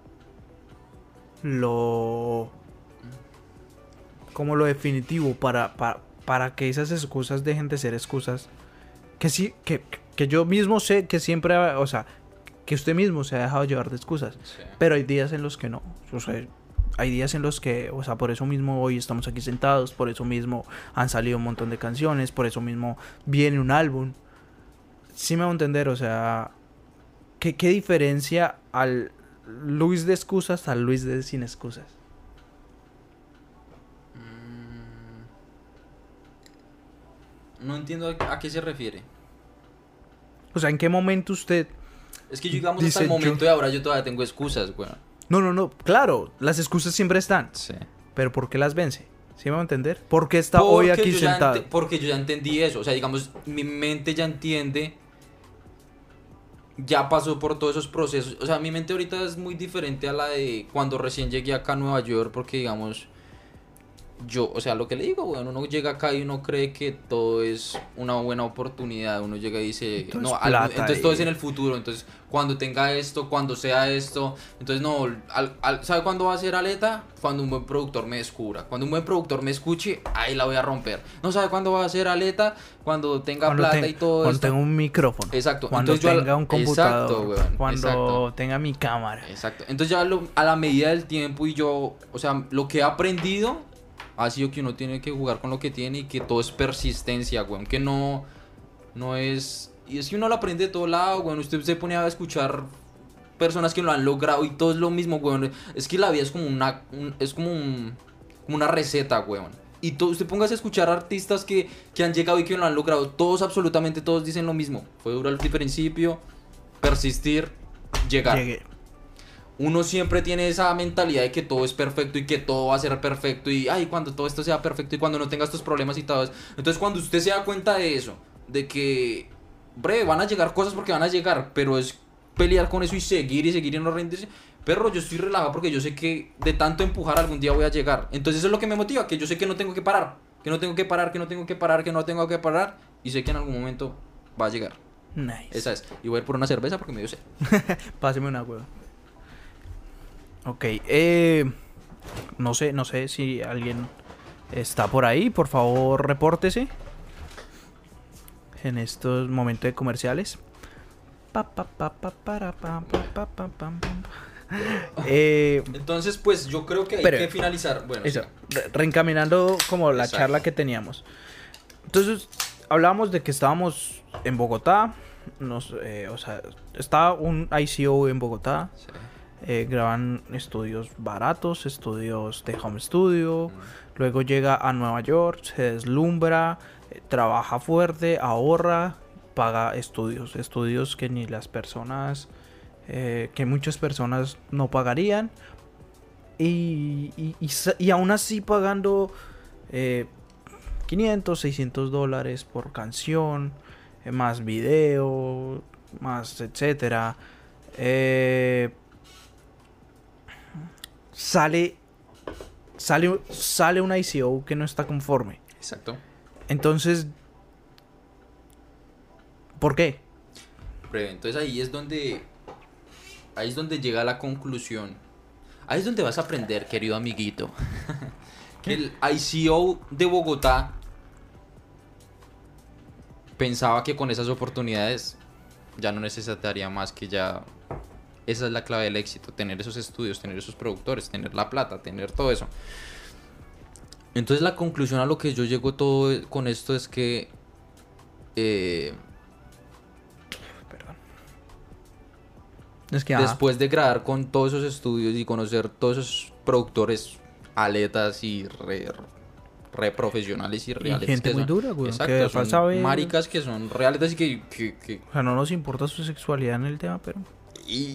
lo... como lo definitivo para, para, para que esas excusas dejen de ser excusas? Que sí, que, que yo mismo sé que siempre, o sea, que usted mismo se ha dejado llevar de excusas. Sí. Pero hay días en los que no. O sea, hay días en los que, o sea, por eso mismo hoy estamos aquí sentados, por eso mismo han salido un montón de canciones, por eso mismo viene un álbum. Sí me va a entender, o sea, ¿qué, qué diferencia al Luis de excusas al Luis de sin excusas? Mm. No entiendo a, a qué se refiere. O sea, ¿en qué momento usted... Es que yo, digamos, Dice hasta el yo- momento de ahora yo todavía tengo excusas, güey. No, no, no, claro, las excusas siempre están, Sí. pero ¿por qué las vence? ¿Sí me va a entender? ¿Por qué está hoy aquí yo ya sentado? ente- porque yo ya entendí eso. O sea, digamos, mi mente ya entiende. Ya pasó por todos esos procesos. O sea, mi mente ahorita es muy diferente a la de cuando recién llegué acá a Nueva York. Porque, digamos, yo, o sea, lo que le digo, bueno, uno llega acá y uno cree que todo es una buena oportunidad. Uno llega y dice, Todo no, es algo- plata entonces y- todo es en el futuro. Entonces, cuando tenga esto, cuando sea esto. Entonces, no, al- al- ¿sabe cuándo va a ser Aleta? Cuando un buen productor me descubra. Cuando un buen productor me escuche, ahí la voy a romper. ¿No sabe cuándo va a ser Aleta? Cuando tenga Cuando plata ten- y todo Cuando esto. tenga un micrófono. Exacto. Cuando Entonces yo al- tenga un computador. Exacto, weón, cuando exacto. tenga mi cámara. Exacto. Entonces ya lo- a la medida del tiempo y yo, o sea, lo que he aprendido ha sido que uno tiene que jugar con lo que tiene y que todo es persistencia, weón. Que no, no es... Y es que uno lo aprende de todo lado, weón. Usted se pone a escuchar personas que lo han logrado y todo es lo mismo, weón. Es que la vida es como una... un- es como, un, como una receta, weón. Y todo, usted póngase a escuchar artistas que, que han llegado y que lo han logrado. Todos, absolutamente todos dicen lo mismo. Fue duro al principio, persistir, llegar. Llegué. Uno siempre tiene esa mentalidad de que todo es perfecto y que todo va a ser perfecto y ay, cuando todo esto sea perfecto y cuando no tenga estos problemas y todo eso. Entonces cuando usted se da cuenta de eso, de que, breve, van a llegar cosas porque van a llegar, pero es pelear con eso y seguir y seguir y no rendirse. Perro, yo estoy relajado porque yo sé que de tanto empujar algún día voy a llegar. Entonces eso es lo que me motiva, que yo sé que no tengo que parar, que no tengo que parar, que no tengo que parar, que no tengo que parar y sé que en algún momento va a llegar. Nice. Esa es. Y voy a ir por una cerveza porque me dio sed. Páseme una hueva. Ok, eh... No sé, no sé si alguien está por ahí. Por favor, repórtese. En estos momentos de comerciales. Pa, pa, pa, pa, para, pa, pa, pa, pa, pa, pa. Eh, Entonces, pues yo creo que hay pero, que finalizar. Bueno, eso, sí. re- reencaminando como la Exacto. charla que teníamos. Entonces, hablábamos de que estábamos en Bogotá. Nos, eh, o sea, estaba un I C O en Bogotá. Sí. Eh, graban estudios baratos, estudios de home studio. Mm. Luego llega a Nueva York, se deslumbra, eh, trabaja fuerte, ahorra, paga estudios. Estudios que ni las personas, eh, que muchas personas no pagarían. Y, y, y, sa- y aún así pagando eh, quinientos, seiscientos dólares por canción, eh, más video, más etcétera. Eh, sale, sale, sale una I C O que no está conforme. Exacto. Entonces, ¿por qué? Breve, entonces ahí es donde ahí es donde llega la conclusión. Ahí es donde vas a aprender, querido amiguito, que el I C O de Bogotá pensaba que con esas oportunidades ya no necesitaría más, que ya esa es la clave del éxito, tener esos estudios, tener esos productores, tener la plata, tener todo eso. Entonces la conclusión a lo que yo llego todo con esto es que eh, Perdón. Es que ajá. después de grabar con todos esos estudios y conocer todos esos productores aletas y re, re profesionales y Y reales, gente que muy son- dura, güey. exacto, Que de son verdad sabe- maricas que son reales y que, que, que- O sea, no nos importa su sexualidad en el tema, pero... y-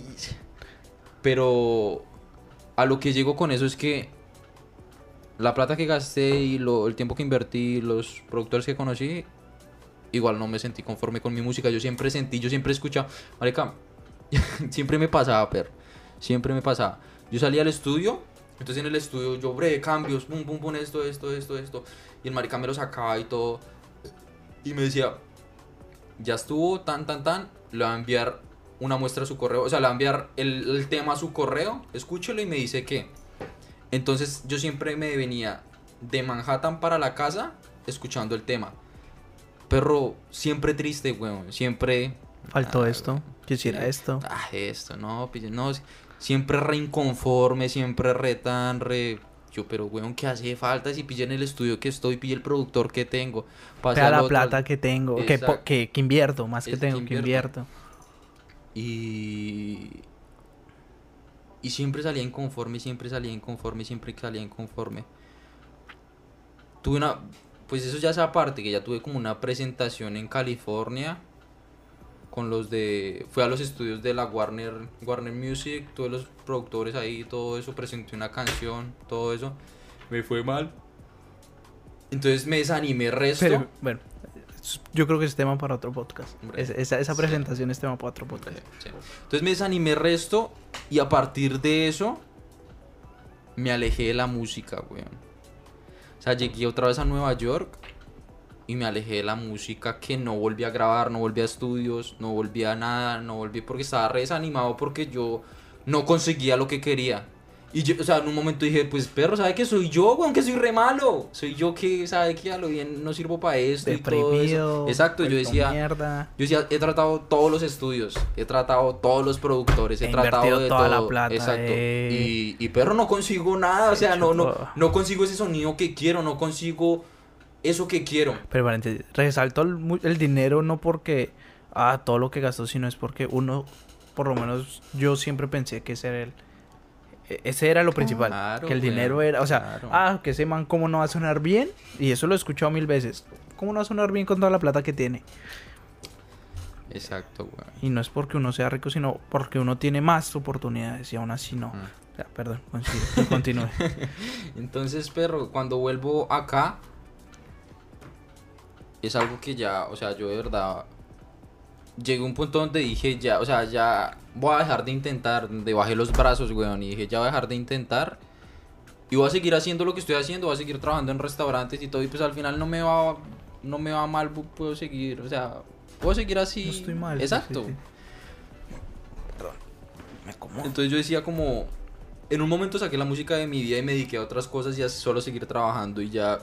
pero a lo que llego con eso es que la plata que gasté y lo, el tiempo que invertí, los productores que conocí, igual no me sentí conforme con mi música. Yo siempre sentí, yo siempre escuchaba, marica, siempre me pasaba, pero siempre me pasaba. Yo salía al estudio, entonces en el estudio yo bre cambios, pum, pum, pum, esto, esto, esto, esto, y el marica me lo sacaba y todo, y me decía, ya estuvo, tan, tan, tan, le va a enviar una muestra a su correo, o sea, le va a enviar el, el tema a su correo, escúchelo y me dice que. Entonces yo siempre me venía de Manhattan para la casa escuchando el tema. Perro, siempre triste, weón, siempre... Faltó ah, esto, quisiera sí. esto. Ah, esto, no, pille, no, siempre re inconforme, siempre re tan, re... Yo, pero weón, ¿qué hace falta si pillé en el estudio que estoy, pille el productor que tengo? Pase Vea al la otro, plata que tengo, que, po- Exacto. que, que invierto, más que Es tengo, que que invierto. invierto. Y... Y siempre salía inconforme, siempre salía inconforme, siempre salía inconforme. Tuve una... Pues eso ya es aparte, que ya tuve como una presentación en California con los de... Fui a los estudios de la Warner, Warner Music, tuve los productores ahí, todo eso, presenté una canción, todo eso. Me fue mal. Entonces me desanimé resto. Pero, bueno, es- yo creo que es tema para otro podcast. Hombre, Es- esa esa sí. presentación es tema para otro podcast. Sí. Entonces me desanimé resto y a partir de eso me alejé de la música, weón. O sea, llegué otra vez a Nueva York y me alejé de la música, que no volví a grabar, no volví a estudios, no volví a nada, no volví porque estaba re desanimado porque yo no conseguía lo que quería. Y yo, o sea, en un momento dije, pues perro, ¿sabe que soy yo, weón? Que soy re malo. Soy yo que sabe que a lo bien no sirvo para esto y todo eso. Deprimido. Exacto, yo vuelto decía... mierda. Yo decía, he tratado todos los estudios, he tratado todos los productores, he, He tratado invertido de toda todo. la plata, Exacto. eh. Y, y perro, no consigo nada, o sea, no, no, chupo. no consigo ese sonido que quiero, no consigo eso que quiero. Pero paréntesis, resalto el, mu- el dinero no porque ah, todo lo que gastó, sino es porque uno, por lo menos yo siempre pensé que ese era el, e- ese era lo principal, Claro, que el weón, dinero era, o sea, claro. ah, que ese man cómo no va a sonar bien, y eso lo he escuchado mil veces, cómo no va a sonar bien con toda la plata que tiene, Exacto, weón. y no es porque uno sea rico, sino porque uno tiene más oportunidades, y aún así no. Mm. Ya, perdón, consigue- continúe. Entonces, perro, cuando vuelvo acá, es algo que ya, o sea, yo de verdad llegué a un punto donde dije ya, o sea, ya voy a dejar de intentar, donde bajé los brazos, weón, y dije ya voy a dejar de intentar y voy a seguir haciendo lo que estoy haciendo, voy a seguir trabajando en restaurantes y todo, y pues al final no me va, no me va mal, puedo seguir, o sea, puedo seguir así. No estoy mal. Exacto. Sí, sí, sí. Perdón, me acomodo. Entonces yo decía como, en un momento saqué la música de mi vida y me dediqué a otras cosas y a solo seguir trabajando y ya.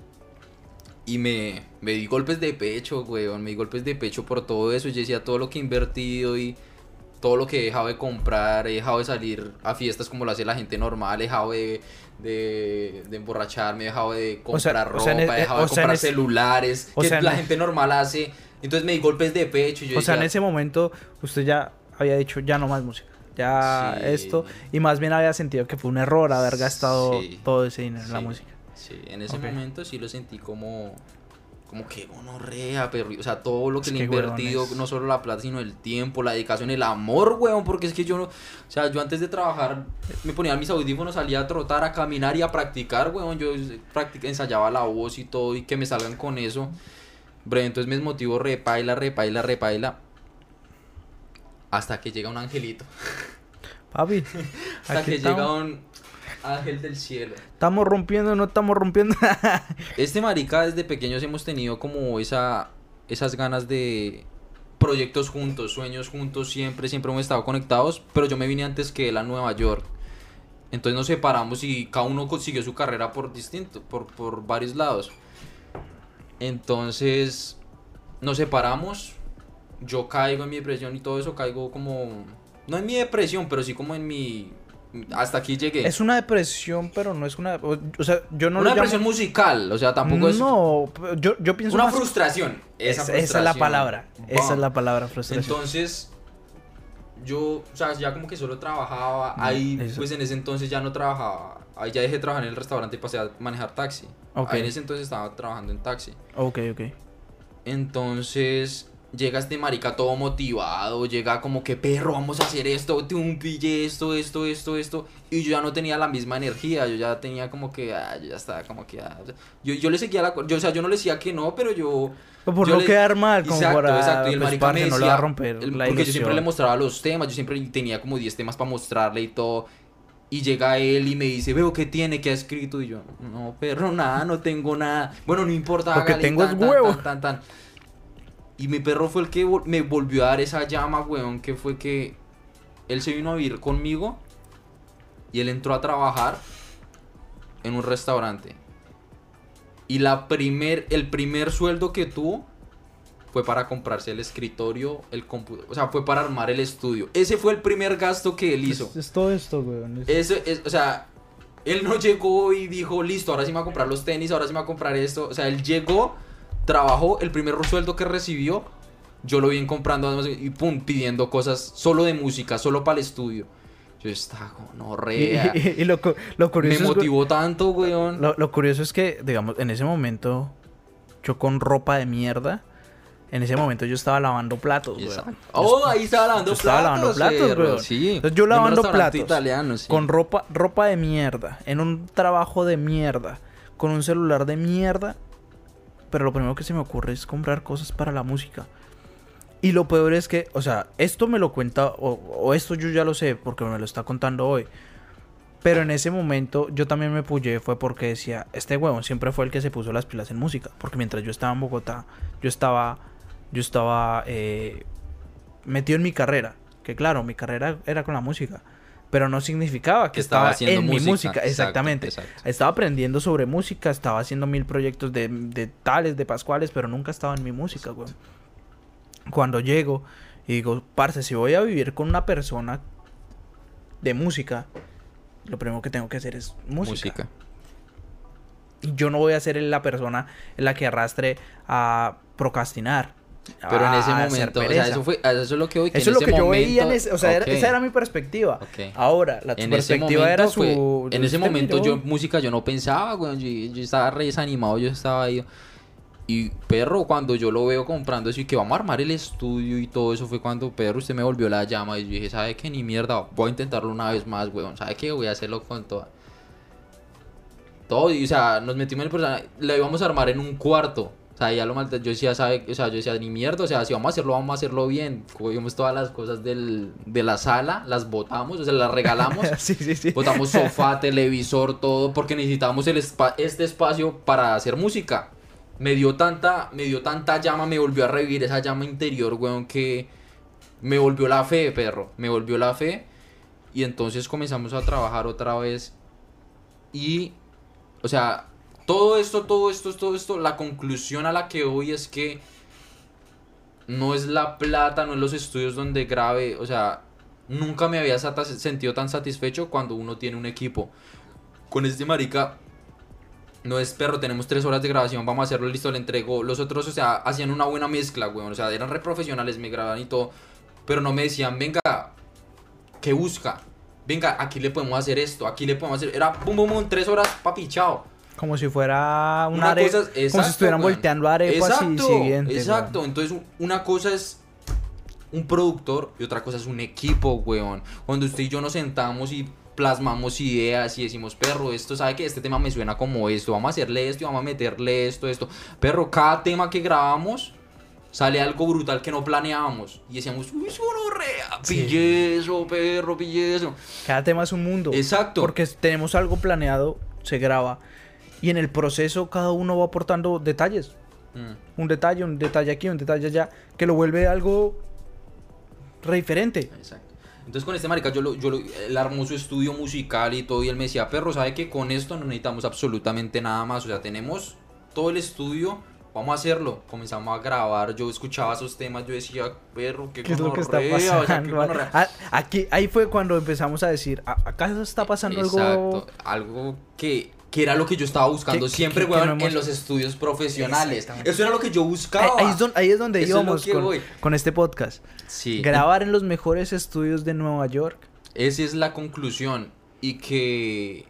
Y me, me di golpes de pecho, weón, me di golpes de pecho por todo eso. Yo decía todo lo que he invertido y todo lo que he dejado de comprar, he dejado de salir a fiestas como lo hace la gente normal, he dejado de, de, de emborracharme, he dejado de comprar O sea, ropa, o sea, en e- he dejado o de sea, en comprar ese- celulares, o que sea, en la e- gente normal hace. Entonces me di golpes de pecho y yo O sea, en decía, ese momento usted ya había dicho, ya no más música. Ya Sí. esto. Y más bien había sentido que fue un error haber gastado Sí. todo ese dinero en la Sí, música. Sí, en ese Ok. momento sí lo sentí como, como que gonorrea, pero, o sea, todo lo que Es le he que, weón, invertido, es- no solo la plata, sino el tiempo, la dedicación, el amor, weón, porque es que yo no, o sea, yo antes de trabajar me ponía mis audífonos, salía a trotar, a caminar y a practicar, weón, yo practic- ensayaba la voz y todo, y que me salgan con eso, bre, entonces me desmotivo, repaila, repaila, repaila, hasta que llega un angelito, Papi, hasta aquí que estamos, llega un ángel del cielo. estamos rompiendo, no estamos rompiendo. Este marica desde pequeños hemos tenido como esa esas ganas de proyectos juntos, sueños juntos, siempre, siempre hemos estado conectados, pero yo me vine antes que él a Nueva York. Entonces nos separamos y cada uno consiguió su carrera por distinto, por, por varios lados. Entonces nos separamos, yo caigo en mi depresión y todo eso, caigo como, no en mi depresión, pero sí como en mi, hasta aquí llegué. Es una depresión, pero no es una. O, o sea, yo no Una lo llamo- depresión musical, o sea, tampoco es No, yo, yo pienso. una más- frustración. Esa, Es- esa es la frustración. palabra. Esa Va. es la palabra, frustración. Entonces, yo, o sea, ya como que solo trabajaba. Ahí, eso. pues en ese entonces ya no trabajaba. Ahí ya dejé de trabajar en el restaurante y pasé a manejar taxi. Ok. Ahí en ese entonces estaba trabajando en taxi. Ok, ok. Entonces, llega este marica todo motivado. Llega como que, perro, vamos a hacer esto. Te un pille esto, esto, esto, esto. Y yo ya no tenía la misma energía. Yo ya tenía como que, ah, yo ya estaba como que, ah, o sea, yo, yo le seguía la. Yo, o sea, yo no le decía que no, pero yo. Por yo no le- quedar mal, como Exacto, para. exacto. Y el pues, marica parce, me no decía, le va a romper el- la porque yo siempre le ilusión. mostraba los temas, yo siempre tenía como diez temas para mostrarle y todo. Y llega él y me dice, veo que tiene, que ha escrito. Y yo, no, perro, nada, no tengo nada. Bueno, no importa. Lo que hágale, tengo tan, es tan, huevo. tan, tan, tan. Y mi perro fue el que vol- me volvió a dar esa llama, weón, que fue que él se vino a vivir conmigo y él entró a trabajar en un restaurante. Y la primer, el primer sueldo que tuvo fue para comprarse el escritorio, el computador, o sea, fue para armar el estudio. Ese fue el primer gasto que él hizo. Es, es todo esto, weón. Es- Eso es, o sea, él no llegó y dijo, listo, ahora sí me va a comprar los tenis, ahora sí me va a comprar esto. O sea, él llegó, trabajó, el primer sueldo que recibió, yo lo vi comprando además, y pum, pidiendo cosas solo de música, solo para el estudio. Yo estaba como, no, Y, rea. y- y lo, cu- lo Me curioso es, motivó tanto, weón. lo, lo curioso es que, digamos, en ese momento, yo con ropa de mierda, en ese momento yo estaba lavando platos, weón. Exacto. Oh, ahí estaba lavando yo estaba platos. lavando platos, perro, weón. Sí. Entonces, yo En un lavando restaurante platos, italiano, sí. Con ropa, ropa de mierda, en un trabajo de mierda, con un celular de mierda, pero lo primero que se me ocurre es comprar cosas para la música. Y lo peor es que, o sea, esto me lo cuenta, o, o esto yo ya lo sé, porque me lo está contando hoy. Pero en ese momento yo también me puyé, fue porque decía, este huevón siempre fue el que se puso las pilas en música. Porque mientras yo estaba en Bogotá, yo estaba, yo estaba eh, metido en mi carrera. Que claro, mi carrera era con la música. Pero no significaba que, Que estaba estaba, haciendo en mi música, música. exacto, Exactamente. exacto. Estaba aprendiendo sobre música, estaba haciendo mil proyectos de, de tales, de pascuales, pero nunca estaba en mi música, güey. Cuando llego y digo, parce, si voy a vivir con una persona de música, lo primero que tengo que hacer es música. Música. Y yo no voy a ser la persona en la que arrastre a procrastinar. Pero en ese a hacer momento, o sea, pereza. eso fue, eso es lo que hoy que Eso en es lo ese que yo momento, veía en ese, o sea, era- ok, esa era mi perspectiva. ok. Ahora, la En ese perspectiva momento era fue- su... en ese usted momento miró. yo música yo no pensaba, güey, yo, yo estaba re desanimado, yo estaba ahí. Y perro, cuando yo lo veo comprando eso y que vamos a armar el estudio y todo eso, fue cuando perro usted me volvió la llama y yo dije, ¿sabe qué? Ni mierda, voy a intentarlo una vez más, weón, ¿sabe qué? Voy a hacerlo con toda. Todo, y o sea, nos metimos en el personaje, lo íbamos a armar en un cuarto. O sea, ya lo mal, yo decía, ¿sabe? O sea, yo decía, ni mierda, o sea, si vamos a hacerlo, vamos a hacerlo bien. Cogimos todas las cosas del, de la sala, las botamos, o sea, las regalamos. sí, sí, sí. Botamos sofá, televisor, todo, porque necesitábamos el espa- este espacio para hacer música. me dio tanta, me dio tanta llama, me volvió a revivir esa llama interior, weón, que me volvió la fe, perro, me volvió la fe. Y entonces comenzamos a trabajar otra vez. Y, o sea, todo esto, todo esto, todo esto, la conclusión a la que voy es que no es la plata, no es los estudios donde grabe, o sea, nunca me había sata- sentido tan satisfecho cuando uno tiene un equipo. Con este marica, no es perro, tenemos tres horas de grabación, vamos a hacerlo, listo, le entrego. Los otros, o sea, hacían una buena mezcla, weón, o sea, eran re profesionales, me grababan y todo, pero no me decían, venga, ¿qué busca? Venga, aquí le podemos hacer esto, aquí le podemos hacer, era pum, pum, pum, tres horas, papi, chao. Como si fuera una, Una are... cosa es- como si exacto, estuvieran weón. volteando arepas Exacto, y siguiente. exacto. weón. Entonces, un- una cosa es un productor y otra cosa es un equipo, weón. Cuando usted y yo nos sentamos y plasmamos ideas y decimos, perro, esto, ¿sabe qué? Este tema me suena como esto, vamos a hacerle esto y vamos a meterle esto, esto. Perro, cada tema que grabamos sale algo brutal que no planeábamos. Y decíamos, uy, sonorrea, Sí. pille eso, perro, pille eso. Cada tema es un mundo. Exacto. Porque tenemos algo planeado, se graba. Y en el proceso cada uno va aportando detalles. Mm. Un detalle, un detalle aquí, un detalle allá. Que lo vuelve algo re diferente. Exacto. Entonces con este marica yo lo, yo lo, él armó su estudio musical y todo y él me decía, perro, ¿sabe que con esto no necesitamos absolutamente nada más? O sea, tenemos todo el estudio, vamos a hacerlo. Comenzamos a grabar, yo escuchaba esos temas, yo decía, perro, qué ¿Qué es lo que está gonorrea, o sea, qué pasando? gonorrea. Ah, aquí, ahí fue cuando empezamos a decir, "¿A- ¿acaso está pasando algo? Exacto, algo que, que era lo que yo estaba buscando Que- que- siempre, que weón, no hemos- en los estudios profesionales. Exactamente. Eso era lo que yo Ahí, buscaba. ahí es donde, ahí es donde Eso es lo íbamos que con, voy. con este podcast. Sí. Grabar en los mejores estudios de Nueva York. Esa es la conclusión. Y que,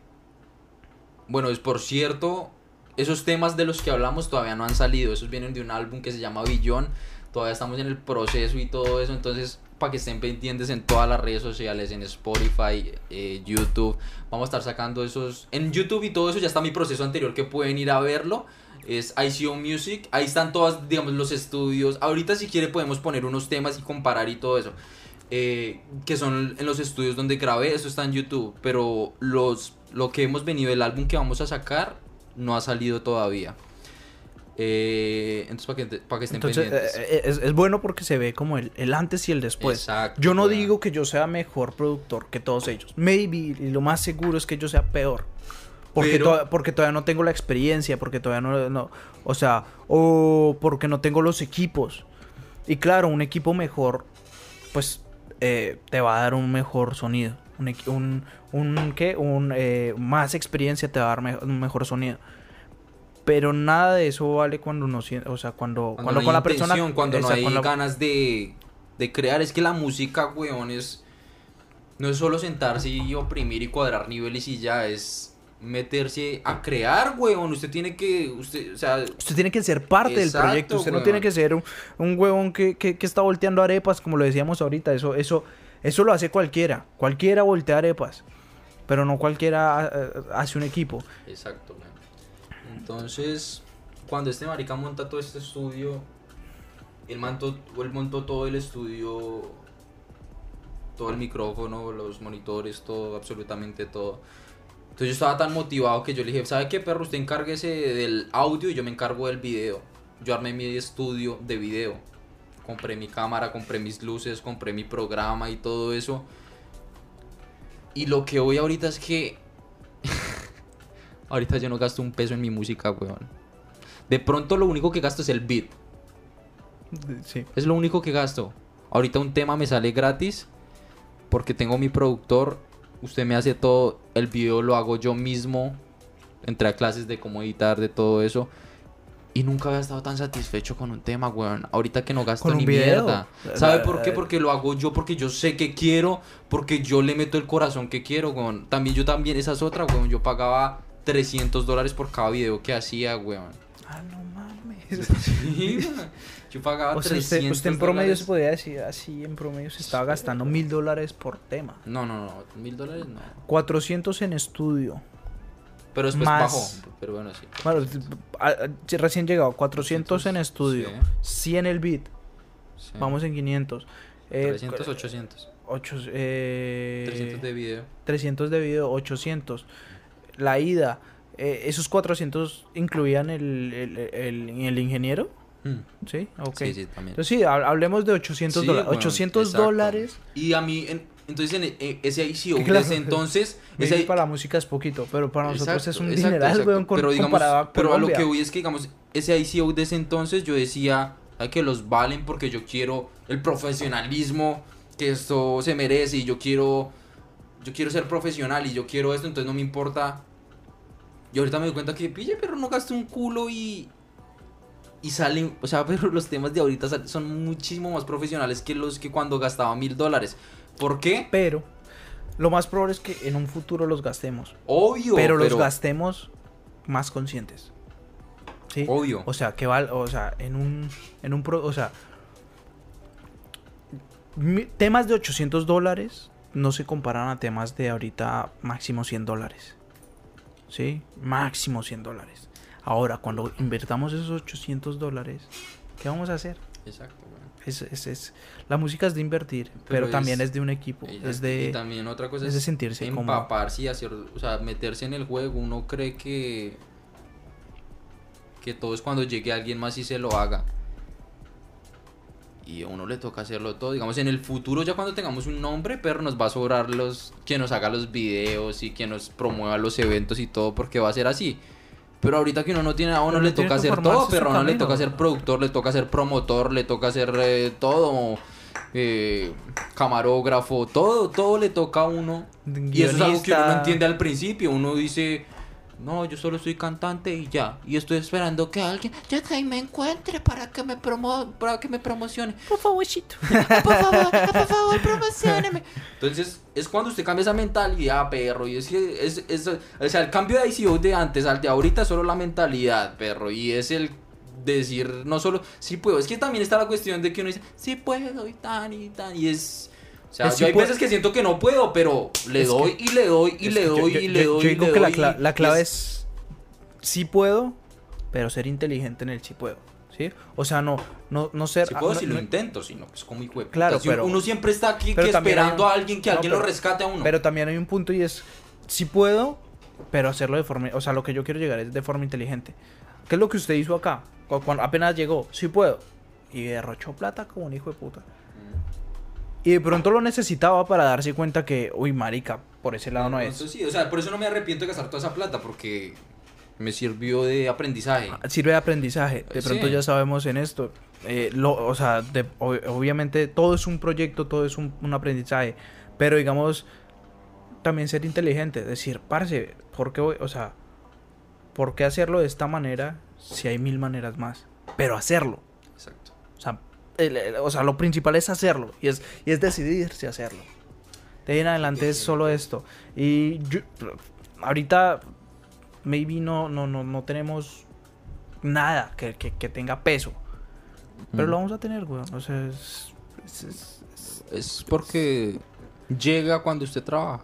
bueno, es por cierto, esos temas de los que hablamos todavía no han salido. Esos vienen de un álbum que se llama Billón. Todavía estamos en el proceso y todo eso. Entonces, para que estén pendientes en todas las redes sociales, en Spotify, eh, YouTube. Vamos a estar sacando esos. En YouTube y todo eso ya está mi proceso anterior que pueden ir a verlo. Es I C O Music. Ahí están todas, digamos, los estudios. Ahorita si quiere podemos poner unos temas y comparar y todo eso. Eh, que son en los estudios donde grabé, eso está en YouTube, pero los lo que hemos venido, el álbum que vamos a sacar, no ha salido todavía. Eh, entonces, para que, te- para que estén Entonces, pendientes. eh, eh, es, es bueno porque se ve como el, el antes y el después. Exacto, Yo no weón. digo que yo sea mejor productor que todos ellos. Maybe, y lo más seguro es que yo sea peor. Porque, Pero- to- porque todavía no tengo la experiencia, porque todavía no, no... O sea, o porque no tengo los equipos. Y claro, un equipo mejor, pues, eh, te va a dar un mejor sonido. Un, equi- un, un ¿qué? Un, eh, más experiencia te va a dar me- un mejor sonido. Pero nada de eso vale cuando uno siente, o sea, cuando, Cuando, cuando no hay con la persona, intención, cuando no esa, hay con la- ganas de, de crear. Es que la música, weón, es... No es solo sentarse y oprimir y cuadrar niveles y ya, es meterse a crear, weón. Usted tiene que... Usted, o sea, usted tiene que ser parte Exacto, del proyecto. Usted no weón. tiene que ser un, un huevón que, que, que está volteando arepas, como lo decíamos ahorita. Eso, eso, eso lo hace cualquiera. Cualquiera voltea arepas. Pero no cualquiera eh, hace un equipo. exacto, weón. Entonces, cuando este marica monta todo este estudio, él montó, él montó todo el estudio, todo el micrófono, los monitores, todo, absolutamente todo. Entonces yo estaba tan motivado que yo le dije, ¿sabe qué, perro? Usted encárguese del audio y yo me encargo del video. Yo armé mi estudio de video. Compré mi cámara, compré mis luces, compré mi programa y todo eso. Y lo que voy ahorita es que... ahorita yo no gasto un peso en mi música, weón. De pronto lo único que gasto es el beat. Sí. Es lo único que gasto. Ahorita un tema me sale gratis porque tengo mi productor. Usted me hace todo. El video lo hago yo mismo. Entré a clases de cómo editar, de todo eso. Y nunca había estado tan satisfecho con un tema, weón. Ahorita que no gasto Con un ni video. mierda. ¿Sabe por qué? Porque lo hago yo, porque yo sé que quiero. Porque yo le meto el corazón que quiero, weón. También yo también, esa es otra, weón. Yo pagaba trescientos dólares por cada video que hacía, weón. Ah, no mames. Sí, weón. Yo pagaba O sea, usted, trescientos usted en promedio dólares. se podría decir así, en promedio se estaba gastando mil dólares por tema. No, no, no, mil dólares no. cuatrocientos en estudio. Pero después Más- bajó, pero bueno, sí. Bueno, a- a- recién llegado, cuatrocientos en estudio, Sí. cien el beat, Sí. vamos en quinientos. Eh, trescientos, ochocientos. ocho, eh, trescientos de video. trescientos de video, ochocientos. La ida, eh, ¿esos cuatrocientos incluían el, el, el, el ingeniero? Mm. Sí, ok. Sí, sí, también. Entonces sí, ha- hablemos de ochocientos Sí, dólares. bueno, ochocientos exacto. dólares. Y a mí, en- entonces en, en ese I C O, Que claro, desde entonces... maybe ese- para la música es poquito, pero para nosotros Exacto, es un exacto, dineral, exacto. weón, con, pero digamos, comparado a pero a lo Colombia. que voy es que, digamos, ese I C O de ese entonces yo decía, ay, que los valen porque yo quiero el profesionalismo que esto se merece y yo quiero, yo quiero ser profesional y yo quiero esto, entonces no me importa. Y ahorita me doy cuenta que, pille, pero no gasto un culo y... Y salen, o sea, pero los temas de ahorita sal- son muchísimo más profesionales que los que cuando gastaba mil dólares. ¿Por qué? Pero lo más probable es que en un futuro los gastemos. Obvio, Pero, los gastemos más conscientes. ¿Sí? Obvio. O sea, que val, o sea, en un en un pro, o sea, mi- temas de ochocientos dólares no se comparan a temas de ahorita máximo cien dólares. ¿Sí? Máximo cien dólares. Ahora, cuando invertamos esos ochocientos dólares, ¿qué vamos a hacer? Exacto, bueno. Es, es, es, la música es de invertir, pero, Pero también es- es de un equipo. Exacto. Es de, Y también otra cosa es es, de sentirse cómodo. empaparse y hacer, o sea, meterse en el juego. Uno cree que que todo es cuando llegue alguien más y se lo haga. Y a uno le toca hacerlo todo. Digamos, en el futuro, ya cuando tengamos un nombre, pero nos va a sobrar los quien nos haga los videos y quien nos promueva los eventos y todo, porque va a ser así. Pero ahorita que uno no tiene, a uno Pero le uno tiene toca que hacer formarse todo, su pero a uno le camino. toca ser productor, le toca ser promotor, le toca hacer eh, todo, eh, camarógrafo, todo, todo le toca a uno. Y eso es algo que uno no Guionista. entiende al principio. Uno dice, no, yo solo soy cantante y ya. Y estoy esperando que alguien llegue y me encuentre para que me promo para que me promocione. Por favorcito. Por favor, por favor, promocioneme. Entonces, es cuando usted cambia esa mentalidad, perro. Y es que, es, es, o sea, el cambio de I C O de antes al de ahorita es solo la mentalidad, perro. Y es el decir, no solo, sí puedo. Es que también está la cuestión de que uno dice, sí puedo y tan y tan. Y es... O sea, Es yo sí hay puedo. veces que siento que no puedo, pero le Es doy que- y le doy y Es le que yo- doy yo- y yo- le doy Yo y digo le que la, doy cla- y- la y clave es- es sí puedo, pero ser inteligente en el sí puedo, ¿sí? O sea, no no no ser Sí puedo no- si lo no- intento, si no, pues como hijo de puta. Claro, Si pero- uno siempre está aquí pero que también esperando hay- a alguien que no, alguien pero- lo rescate a uno. Pero también hay un punto y es sí puedo, pero hacerlo de forma, o sea, lo que yo quiero llegar es de forma inteligente. ¿Qué es lo que usted hizo acá? Cu- Cuando apenas llegó, sí puedo, y derrochó plata como un hijo de puta. Y de pronto lo necesitaba para darse cuenta que, uy, marica, por ese lado no es. Entonces, sí, o sea, por eso no me arrepiento de gastar toda esa plata, porque me sirvió de aprendizaje. Sirve de aprendizaje. De Sí. pronto ya sabemos en esto. Eh, lo, o sea, de- ob- obviamente todo es un proyecto, todo es un, un aprendizaje. Pero digamos, también ser inteligente. Decir, parce, ¿por qué voy? O sea, ¿por qué hacerlo de esta manera si hay mil maneras más? Pero hacerlo. Exacto. O sea, el- el- o sea, lo principal es hacerlo. Y es, y es decidirse a hacerlo. De ahí en adelante es solo esto. Y yo, ahorita, maybe no, no, no, no tenemos nada que, que, que tenga peso. Pero Mm. lo vamos a tener, weón. O sea, es, es- es- es- Es porque llega cuando usted trabaja.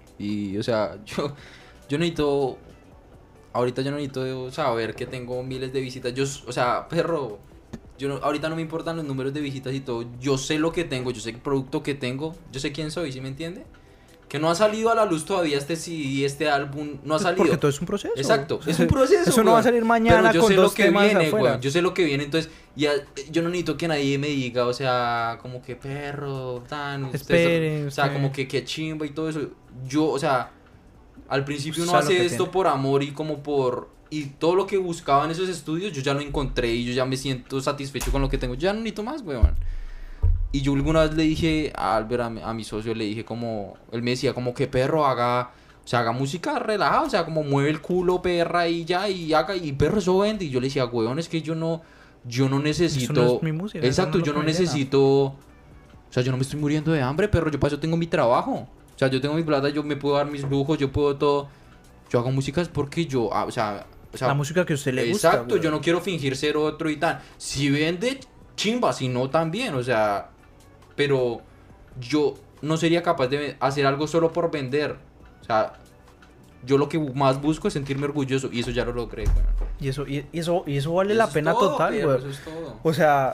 Y, o sea, yo, yo necesito. Ahorita yo no necesito saber que tengo miles de visitas. Yo, o sea, perro. Yo no- ahorita no me importan los números de visitas y todo. Yo sé lo que tengo, yo sé el producto que tengo. Yo sé quién soy, ¿sí me entiende? Que no ha salido a la luz todavía este C D, este álbum. No ha salido. Porque todo es un proceso. Exacto, O sea, es un proceso. Eso no va a weón. salir mañana Pero yo con sé dos lo que temas viene, afuera. weón. Yo sé lo que viene, entonces ya yo no necesito que nadie me diga, o sea, como que perro, tan, ustedes- Espere, o sea, usted. como que qué chimba y todo eso. Yo, o sea, al principio uno Sabe lo hace que esto tiene. por amor y como por y todo lo que buscaba en esos estudios, yo ya lo encontré y yo ya me siento satisfecho con lo que tengo. Yo ya no necesito más, weón. Y yo alguna vez le dije a Albert, a mi, a mi socio, le dije como, él me decía como que perro haga, o sea, haga música relajada, o sea, como mueve el culo, perra, y ya, y haga, y perro, eso vende. Y yo le decía, weón, es que yo no, yo no necesito. Eso no es mi música, eso Exacto, no es lo yo que no me llena. necesito. O sea, yo no me estoy muriendo de hambre, perro, yo para eso tengo mi trabajo. O sea, yo tengo mi plata, yo me puedo dar mis lujos, yo puedo todo. Yo hago música es porque yo, ah, o sea, o sea, La música que a usted le gusta. exacto, weón. yo no quiero fingir ser otro y tal. Si vende, chimba, si no, también, o sea. Pero yo no sería capaz de hacer algo solo por vender. O sea, yo lo que más busco es sentirme orgulloso y eso ya lo logré, weón. Y eso, y, y eso, y eso vale Eso la es pena todo, total, perro, weón. eso es todo. O sea,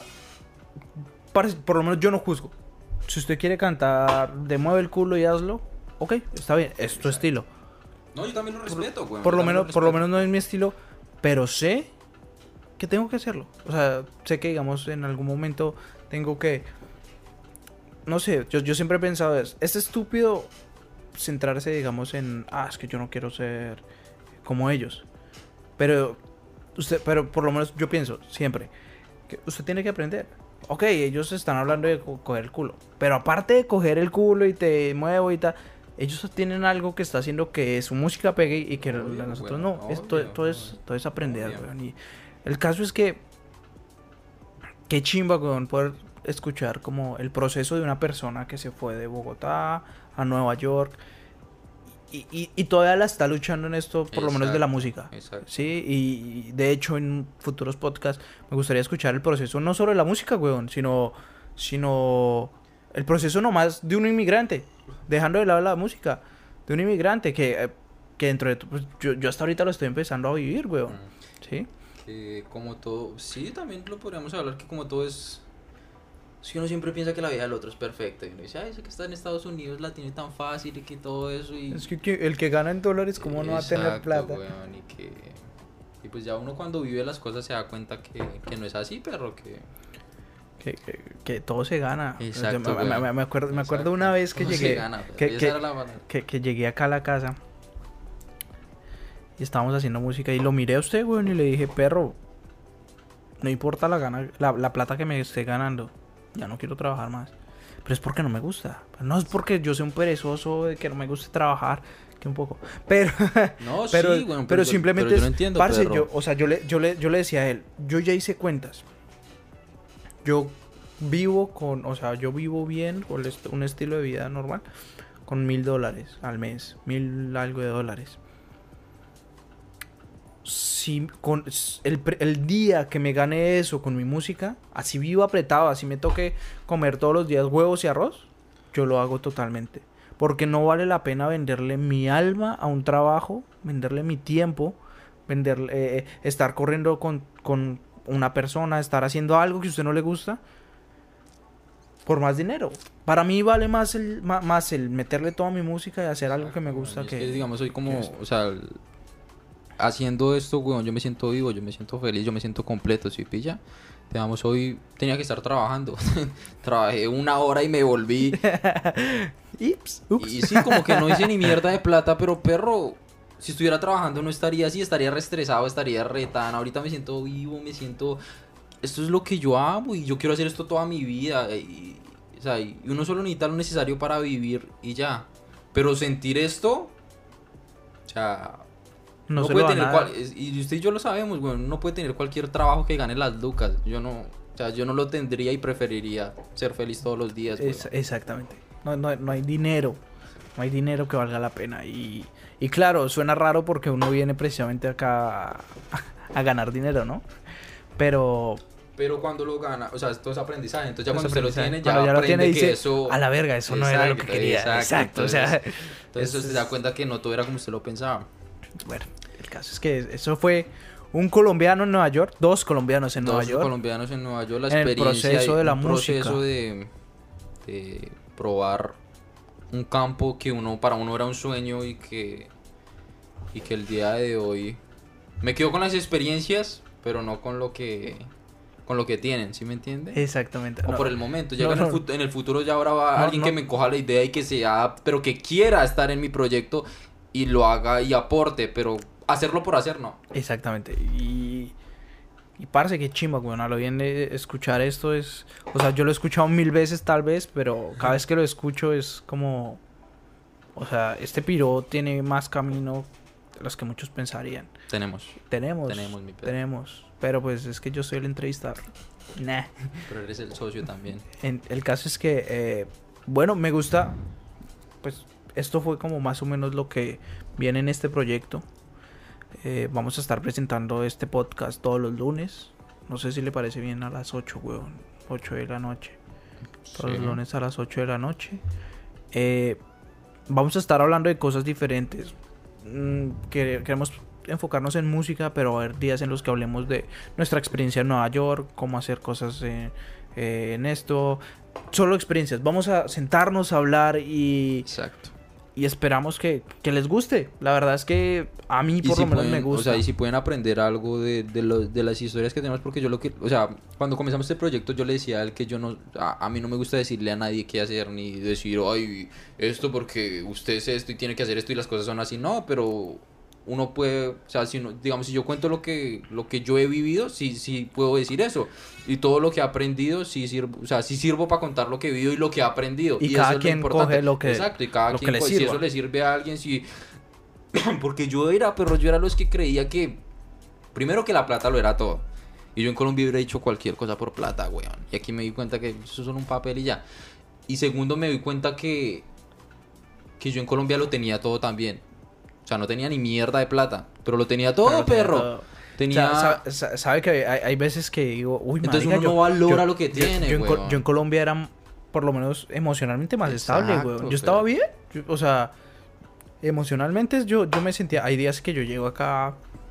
par- por lo menos yo no juzgo. Si usted quiere cantar de mueve el culo y hazlo, ok, está bien, es tu estilo. No, yo también lo respeto, güey. Por yo lo también menos, lo por lo respeto. menos no es mi estilo, pero sé que tengo que hacerlo. O sea, sé que, digamos, en algún momento tengo que... No sé, yo, yo siempre he pensado, es, es estúpido centrarse, digamos, en... Ah, es que yo no quiero ser como ellos. Pero, usted, pero por lo menos yo pienso, siempre, que usted tiene que aprender. Ok, ellos están hablando de co- coger el culo. Pero aparte de coger el culo y te muevo y tal... Ellos tienen algo que está haciendo que su música pegue y que Obvio, la de nosotros weón, no. Es, obvio, todo, todo es, obvio. todo es aprender, Obvio. weón. Y el caso es que... Qué chimba, weón, poder escuchar como el proceso de una persona que se fue de Bogotá a Nueva York y, y, y todavía la está luchando en esto, por lo menos de la Exacto, música. exacto. Sí, y, y de hecho en futuros podcasts me gustaría escuchar el proceso no solo de la música, weón, sino, sino el proceso nomás de un inmigrante, dejando de lado la música, de un inmigrante que, eh, que dentro de... to- pues, yo, yo hasta ahorita lo estoy empezando a vivir, weón. Mm. Sí. Que como todo, sí, también lo podríamos hablar que como todo es, si uno siempre piensa que la vida del otro es perfecta y uno dice, ay, ese que está en Estados Unidos la tiene tan fácil y que todo eso y... Es que, que el que gana en dólares, ¿cómo no va a tener Exacto, plata? weón, y que... Y pues ya uno cuando vive las cosas se da cuenta que, que no es así, perro, que... Que, que, que todo se gana. Exacto, me, me- me- me acuerdo, me acuerdo una vez que Todo se llegué, gana, perro, que, esa que, era la palabra. que, que llegué acá a la casa y estábamos haciendo música y lo miré a usted, weón, y le dije, perro, no importa la gana, la, la plata que me esté ganando, ya no quiero trabajar más. Pero es porque no me gusta. No es porque yo sea un perezoso de que no me guste trabajar, que un poco. Pero, No, pero, sí, bueno, pero yo- simplemente pero yo es, no entiendo, parce, perro. yo, o sea, yo le, yo le, yo le decía a él, yo ya hice cuentas. Yo vivo con, o sea, yo vivo bien con el est- un estilo de vida normal con mil dólares al mes, mil algo de dólares. Si con s- el, pre- el día que me gane eso con mi música, así vivo apretado, así me toque comer todos los días huevos y arroz, yo lo hago totalmente. Porque no vale la pena venderle mi alma a un trabajo, venderle mi tiempo, venderle, eh, eh, estar corriendo con, con una persona, estar haciendo algo que a usted no le gusta por más dinero. Para mí vale más el, ma- más el meterle toda mi música y hacer algo que me Exacto, gusta weón, y es que... digamos, soy como, que es- o sea, el- haciendo esto, weón, yo me siento vivo, yo me siento feliz, yo me siento completo, ¿sí pilla? Digamos, hoy tenía que estar trabajando. Trabajé una hora y me volví. Ips, ups. Y sí, como que no hice ni mierda de plata, pero perro, si estuviera trabajando no estaría así, estaría re estresado, estaría re tan. Ahorita me siento vivo, me siento... Esto es lo que yo amo y yo quiero hacer esto toda mi vida. Y, o sea, y uno solo necesita lo necesario para vivir y ya. Pero sentir esto, o sea... No No se puede lo tener van a dar. cual, es- y usted y yo lo sabemos, güey, no puede tener cualquier trabajo que gane las lucas. Yo no, o sea, yo no lo tendría y preferiría ser feliz todos los días, güey. Es- exactamente. No, no, no hay dinero. No hay dinero que valga la pena. Y, y claro, suena raro porque uno viene precisamente acá a, a ganar dinero, ¿no? Pero... Pero cuando lo gana, o sea, esto es aprendizaje. Entonces ya Pues cuando usted lo aprendizaje. tiene, ya Cuando ya lo aprende tiene, que dice, eso... a la verga, eso no era lo que Exacto, quería. Exacto, o sea, Entonces, entonces es- usted se da cuenta que no todo era como usted lo pensaba. Bueno, el caso es que eso fue un colombiano en Nueva York, dos colombianos en Dos Nueva York. colombianos en Nueva York, la En el experiencia proceso y de la un proceso música. de, de probar un campo que uno para uno era un sueño y que y que el día de hoy me quedo con las experiencias, pero no con lo que con lo que tienen, ¿sí me entiende? Exactamente. O no, por el momento, ya no, en, el no. fut- en el futuro ya ahora va No, alguien no. que me coja la idea y que se adapte, pero que quiera estar en mi proyecto y lo haga y aporte, pero hacerlo por hacer no. Exactamente. Y, y parce, qué chimba, weón. A lo bien de escuchar esto es... O sea, yo lo he escuchado mil veces tal vez, pero cada vez que lo escucho es como... O sea, este piro tiene más camino de los que muchos pensarían. Tenemos, Tenemos. Tenemos, mi perro. Tenemos. Pero pues es que yo soy el entrevistador. Nah. pero eres el socio también. En- el caso es que, eh, bueno, me gusta, pues esto fue como más o menos lo que viene en este proyecto. Eh, vamos a estar presentando este podcast todos los lunes. No sé si le parece bien a las ocho, weón. ocho de la noche. Todos Sí. los lunes a las ocho de la noche. Eh, vamos a estar hablando de cosas diferentes. Mm, que- queremos enfocarnos en música, pero va a haber días en los que hablemos de nuestra experiencia en Nueva York, cómo hacer cosas eh, eh, en esto. Solo experiencias. Vamos a sentarnos a hablar y, Exacto. y esperamos que, que les guste. La verdad es que a mí por si lo menos pueden, me gusta. O sea, y si pueden aprender algo de, de, lo, de las historias que tenemos, porque yo lo que, o sea, cuando comenzamos este proyecto yo le decía a él que yo no, a, a mí no me gusta decirle a nadie qué hacer, ni decir, ay, esto porque usted es esto y tiene que hacer esto y las cosas son así, no, pero uno puede, o sea, si uno, digamos, si yo cuento lo que, lo que yo he vivido, sí, sí puedo decir eso. Y todo lo que he aprendido, sí sirvo, o sea, sí sirvo para contar lo que he vivido y lo que he aprendido. Y, y cada eso es quien lo importante. coge lo que, exacto, y cada lo quien que le coge, sirva. si eso le sirve a alguien, si... porque yo era, pero yo era los que creía que, primero que la plata lo era todo. Y yo en Colombia hubiera hecho cualquier cosa por plata, weón. Y aquí me di cuenta que eso es solo un papel y ya. Y segundo, me di cuenta que, que yo en Colombia lo tenía todo también. O sea, no tenía ni mierda de plata, pero lo tenía todo, Pero tenía perro. todo. Tenía... O sea, sabe, sabe que hay, hay veces que digo, uy, Entonces marica, uno no yo, valora yo- lo que yo- tiene, yo, en, Co- weón. yo en Colombia era por lo menos emocionalmente más estable, Exacto, weón. Yo estaba pero- bien, yo- o sea, emocionalmente yo, yo me sentía, hay días que yo llego acá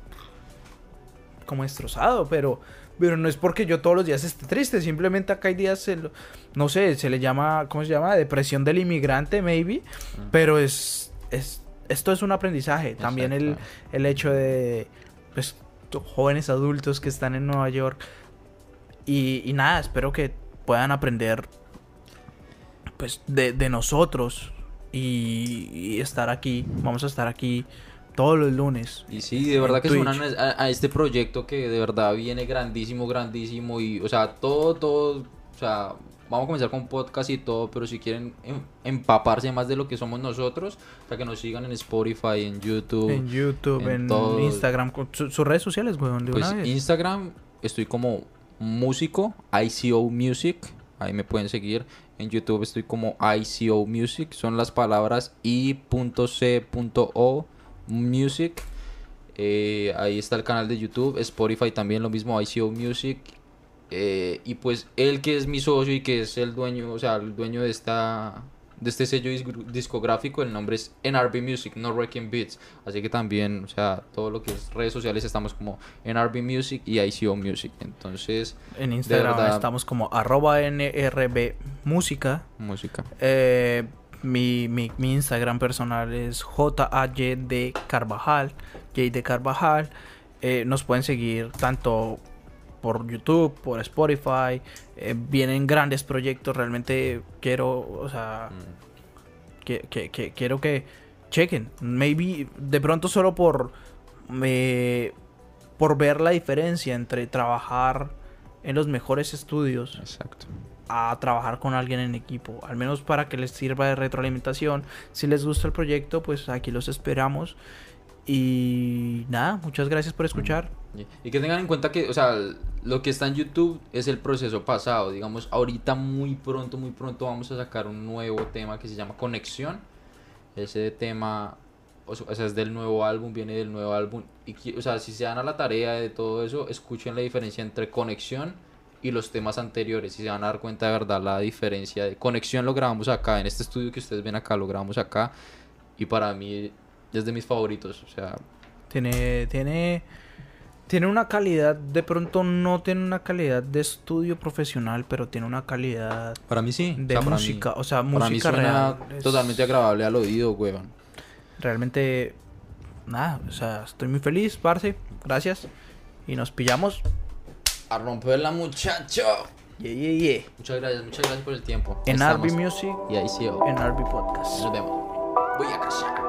como destrozado, pero, pero no es porque yo todos los días esté triste, simplemente acá hay días, se lo- no sé, se le llama, ¿cómo se llama? Depresión del inmigrante, maybe, Mm. pero es, es, esto es un aprendizaje, también el, Exacto. el hecho de, pues, t- jóvenes adultos que están en Nueva York, y, y nada, espero que puedan aprender, pues, de, de nosotros, y, y estar aquí, vamos a estar aquí todos los lunes. Y sí, de verdad en que se unan Twitch. a, a este proyecto que de verdad viene grandísimo, grandísimo y, o sea, todo, todo, o sea, vamos a comenzar con podcast y todo, pero si quieren em- empaparse más de lo que somos nosotros, o sea, que nos sigan en Spotify, en YouTube, En YouTube, en en, todo. Instagram, con su- sus redes sociales, weón, de pues una vez. Instagram estoy como músico, I C O Music, ahí me pueden seguir. En YouTube estoy como I C O Music, son las palabras I C O Music. Eh, ahí está el canal de YouTube, Spotify también lo mismo, I C O Music. Eh, y pues él que es mi socio y que es el dueño, o sea, el dueño de esta de este sello disc- discográfico, el nombre es N R B Music, No Wrecking Beats. Así que también, o sea, todo lo que es redes sociales estamos como N R B Music y I C O Music. Entonces, En Instagram verdad. estamos como arroba N R B música. música. Eh, mi, mi, mi Instagram personal es J A Y D Carvajal, J de Carvajal. Eh, nos pueden seguir tanto por YouTube, por Spotify. Eh, vienen grandes proyectos. Realmente quiero, o sea, Mm. que, que, que- quiero que chequen. Maybe de pronto solo por eh, por ver la diferencia entre trabajar en los mejores estudios Exacto. a trabajar con alguien en equipo, al menos para que les sirva de retroalimentación. Si les gusta el proyecto, pues aquí los esperamos. Y nada, muchas gracias por escuchar. Y que tengan en cuenta que, o sea, lo que está en YouTube es el proceso pasado. Digamos, ahorita muy pronto, muy pronto vamos a sacar un nuevo tema que se llama Conexión. Ese tema, o sea, es del nuevo álbum, viene del nuevo álbum. Y, qui- o sea, si se dan a la tarea de todo eso, escuchen la diferencia entre Conexión y los temas anteriores. Y se van a dar cuenta de verdad la diferencia de Conexión. Lo grabamos acá, en este estudio que ustedes ven acá, lo grabamos acá. Y para mí es de mis favoritos, o sea... Tiene, tiene, tiene una calidad, de pronto no tiene una calidad de estudio profesional, pero tiene una calidad Para mí sí. de o sea, para música, mí- o sea, Para mí música suena real. Es totalmente agradable al oído, weón. Realmente, nada, o sea, estoy muy feliz, parce. Gracias. Y nos pillamos. A romperla, muchacho. Yeah, yeah, yeah. Muchas gracias, muchas gracias por el tiempo. En Estamos. R B Music, Y ahí sí, oh. en R B Podcast. Nos vemos. Voy a casar.